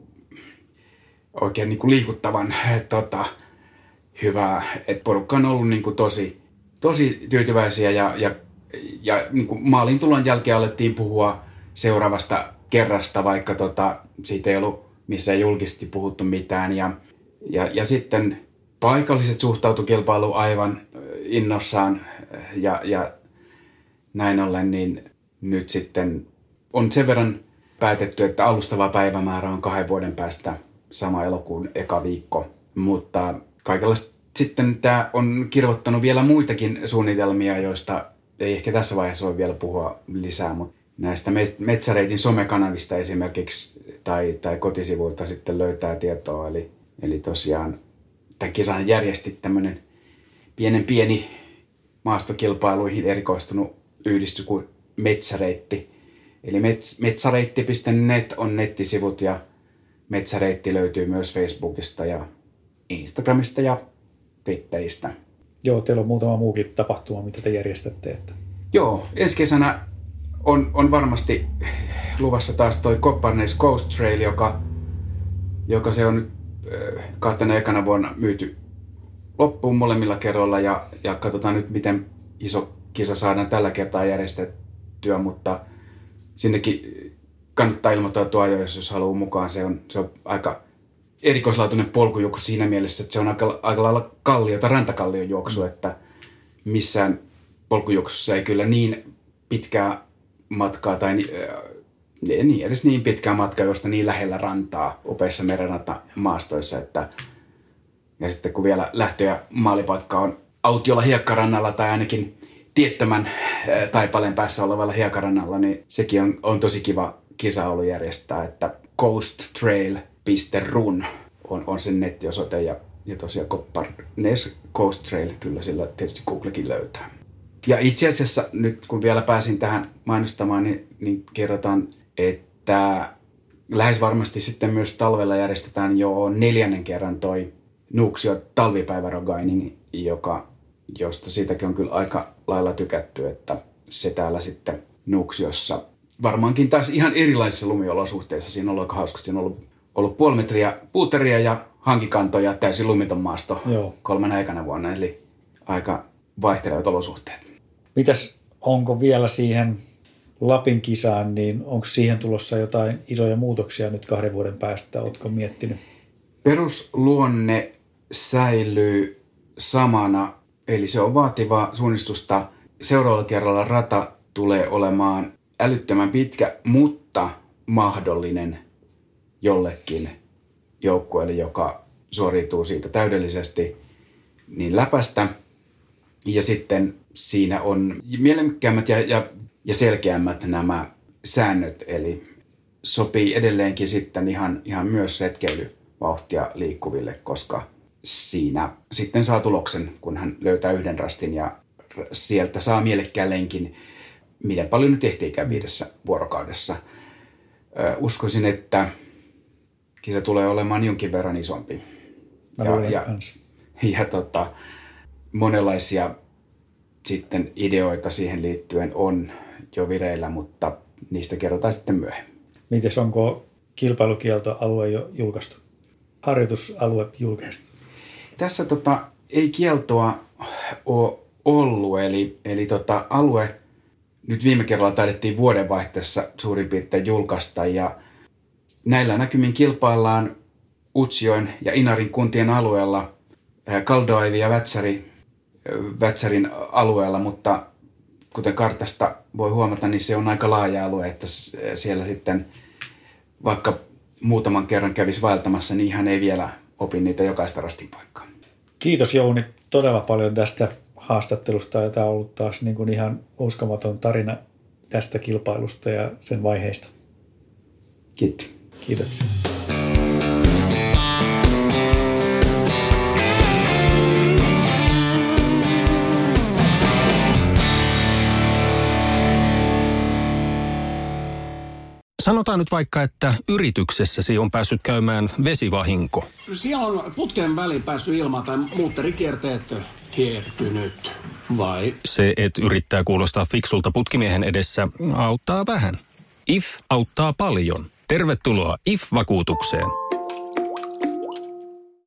oikein niin kuin liikuttavan tota, hyvää. Et porukka on ollut niin kuin tosi, tosi tyytyväisiä ja, ja, ja niin kuin maalin tulon jälkeen alettiin puhua seuraavasta kerrasta, vaikka tota, siitä ei ollut missään julkisesti puhuttu mitään. Ja, ja, ja sitten paikalliset suhtautuivat kilpailuun aivan innossaan ja, ja näin ollen niin nyt sitten on sen verran päätetty, että alustava päivämäärä on kahden vuoden päästä sama elokuun eka viikko, mutta kaikella sitten tämä on kirvoittanut vielä muitakin suunnitelmia, joista ei ehkä tässä vaiheessa voi vielä puhua lisää, mutta näistä Metsäreitin somekanavista esimerkiksi tai, tai kotisivuilta sitten löytää tietoa, eli, eli tosiaan tämän kisan järjesti tämmöinen pienen pieni maastokilpailuihin erikoistunut yhdistys kuin Metsäreitti. Eli metsäreitti piste net on nettisivut ja Metsäreitti löytyy myös Facebookista ja Instagramista ja Twitteristä. Joo, teillä on muutama muukin tapahtuma, mitä te järjestätte. Että... Joo, ensi kesänä on, on varmasti luvassa taas toi Coppernice Coast Trail, joka, joka se on nyt kahtena ekana vuonna myyty loppuun molemmilla kerroilla ja, ja katsotaan nyt, miten iso kisa saadaan tällä kertaa järjestettyä, mutta sinnekin kannattaa ilmoittautua ajoissa, jos haluaa mukaan. Se on, se on aika erikoislaatuinen polkujuoksu siinä mielessä, että se on aika, aika lailla kalliota, rantakallion juoksu, mm. että missään polkujuoksussa ei kyllä niin pitkää matkaa tai niin edes niin pitkää matkaa, josta niin lähellä rantaa upeissa merenranta maastoissa, että ja sitten kun vielä lähtö- ja maalipaikka on autiolla hiekkarannalla tai ainakin tiettömän taipaleen päässä olevalla hiekkarannalla, niin sekin on, on tosi kiva kisa ollut järjestää, että coast trail piste run on, on sen nettiosoite ja, ja tosiaan Kopparnes Coast Trail, kyllä sillä tietysti Googlekin löytää. Ja itse asiassa nyt kun vielä pääsin tähän mainostamaan, niin, niin kerrotaan, että lähes varmasti sitten myös talvella järjestetään jo neljännen kerran toi Nuuksio talvipäivärogaining, joka, josta siitäkin on kyllä aika lailla tykätty, että se täällä sitten Nuuksiossa varmaankin taas ihan erilaisissa lumiolosuhteissa. Siinä on ollut aika hauska. Siinä on ollut, ollut puoli metriä puuteria ja hankikantoja täysin lumiton maasto Joo. kolmena ekana vuonna, eli aika vaihtelevat olosuhteet. Mitäs, onko vielä siihen Lapin kisaan, niin onko siihen tulossa jotain isoja muutoksia nyt kahden vuoden päästä? Oletko miettinyt? Perusluonne säilyy samana, eli se on vaativaa suunnistusta. Seuraavalla kerralla rata tulee olemaan älyttömän pitkä, mutta mahdollinen jollekin joukkueelle, joka suoriutuu siitä täydellisesti, niin läpästä. Ja sitten siinä on mielekkäämmät ja, ja, ja selkeämmät nämä säännöt, eli sopii edelleenkin sitten ihan, ihan myös retkeilyvauhtia liikkuville, koska siinä sitten saa tuloksen, kun hän löytää yhden rastin ja sieltä saa mielekkään lenkin, miten paljon nyt ehtiikään viidessä vuorokaudessa. Ö, uskoisin, että kisa tulee olemaan jonkin verran isompi. Mä ja, ja, ja tota, monenlaisia sitten ideoita siihen liittyen on jo vireillä, mutta niistä kerrotaan sitten myöhemmin. Mites, onko kilpailukieltoalue jo julkaistu? Harjoitusalue julkaistu? Tässä tota, ei kieltoa ole ollut, eli, eli tota, alue nyt viime kerralla taidettiin vuodenvaihteessa suurin piirtein julkaista, ja näillä näkymin kilpaillaan Utsjoen ja Inarin kuntien alueella, Kaldoaivi ja Vätsäri, Vätsärin alueella, mutta kuten kartasta voi huomata, niin se on aika laaja alue, että siellä sitten vaikka muutaman kerran kävisi vaeltamassa, niin ihan ei vielä opi niitä jokaista rastin paikkaa. Kiitos Jouni todella paljon tästä haastattelusta, ja tämä on ollut taas niin kuin ihan uskomaton tarina tästä kilpailusta ja sen vaiheista. Kiitos. Kiitoksia. Sanotaan nyt vaikka, että yrityksessäsi on päässyt käymään vesivahinko. Siellä on putken väliin päässyt ilma tai muutterikierteet hiertynyt, vai? Se, että yrittää kuulostaa fiksulta putkimiehen edessä, auttaa vähän. I F auttaa paljon. Tervetuloa I F-vakuutukseen.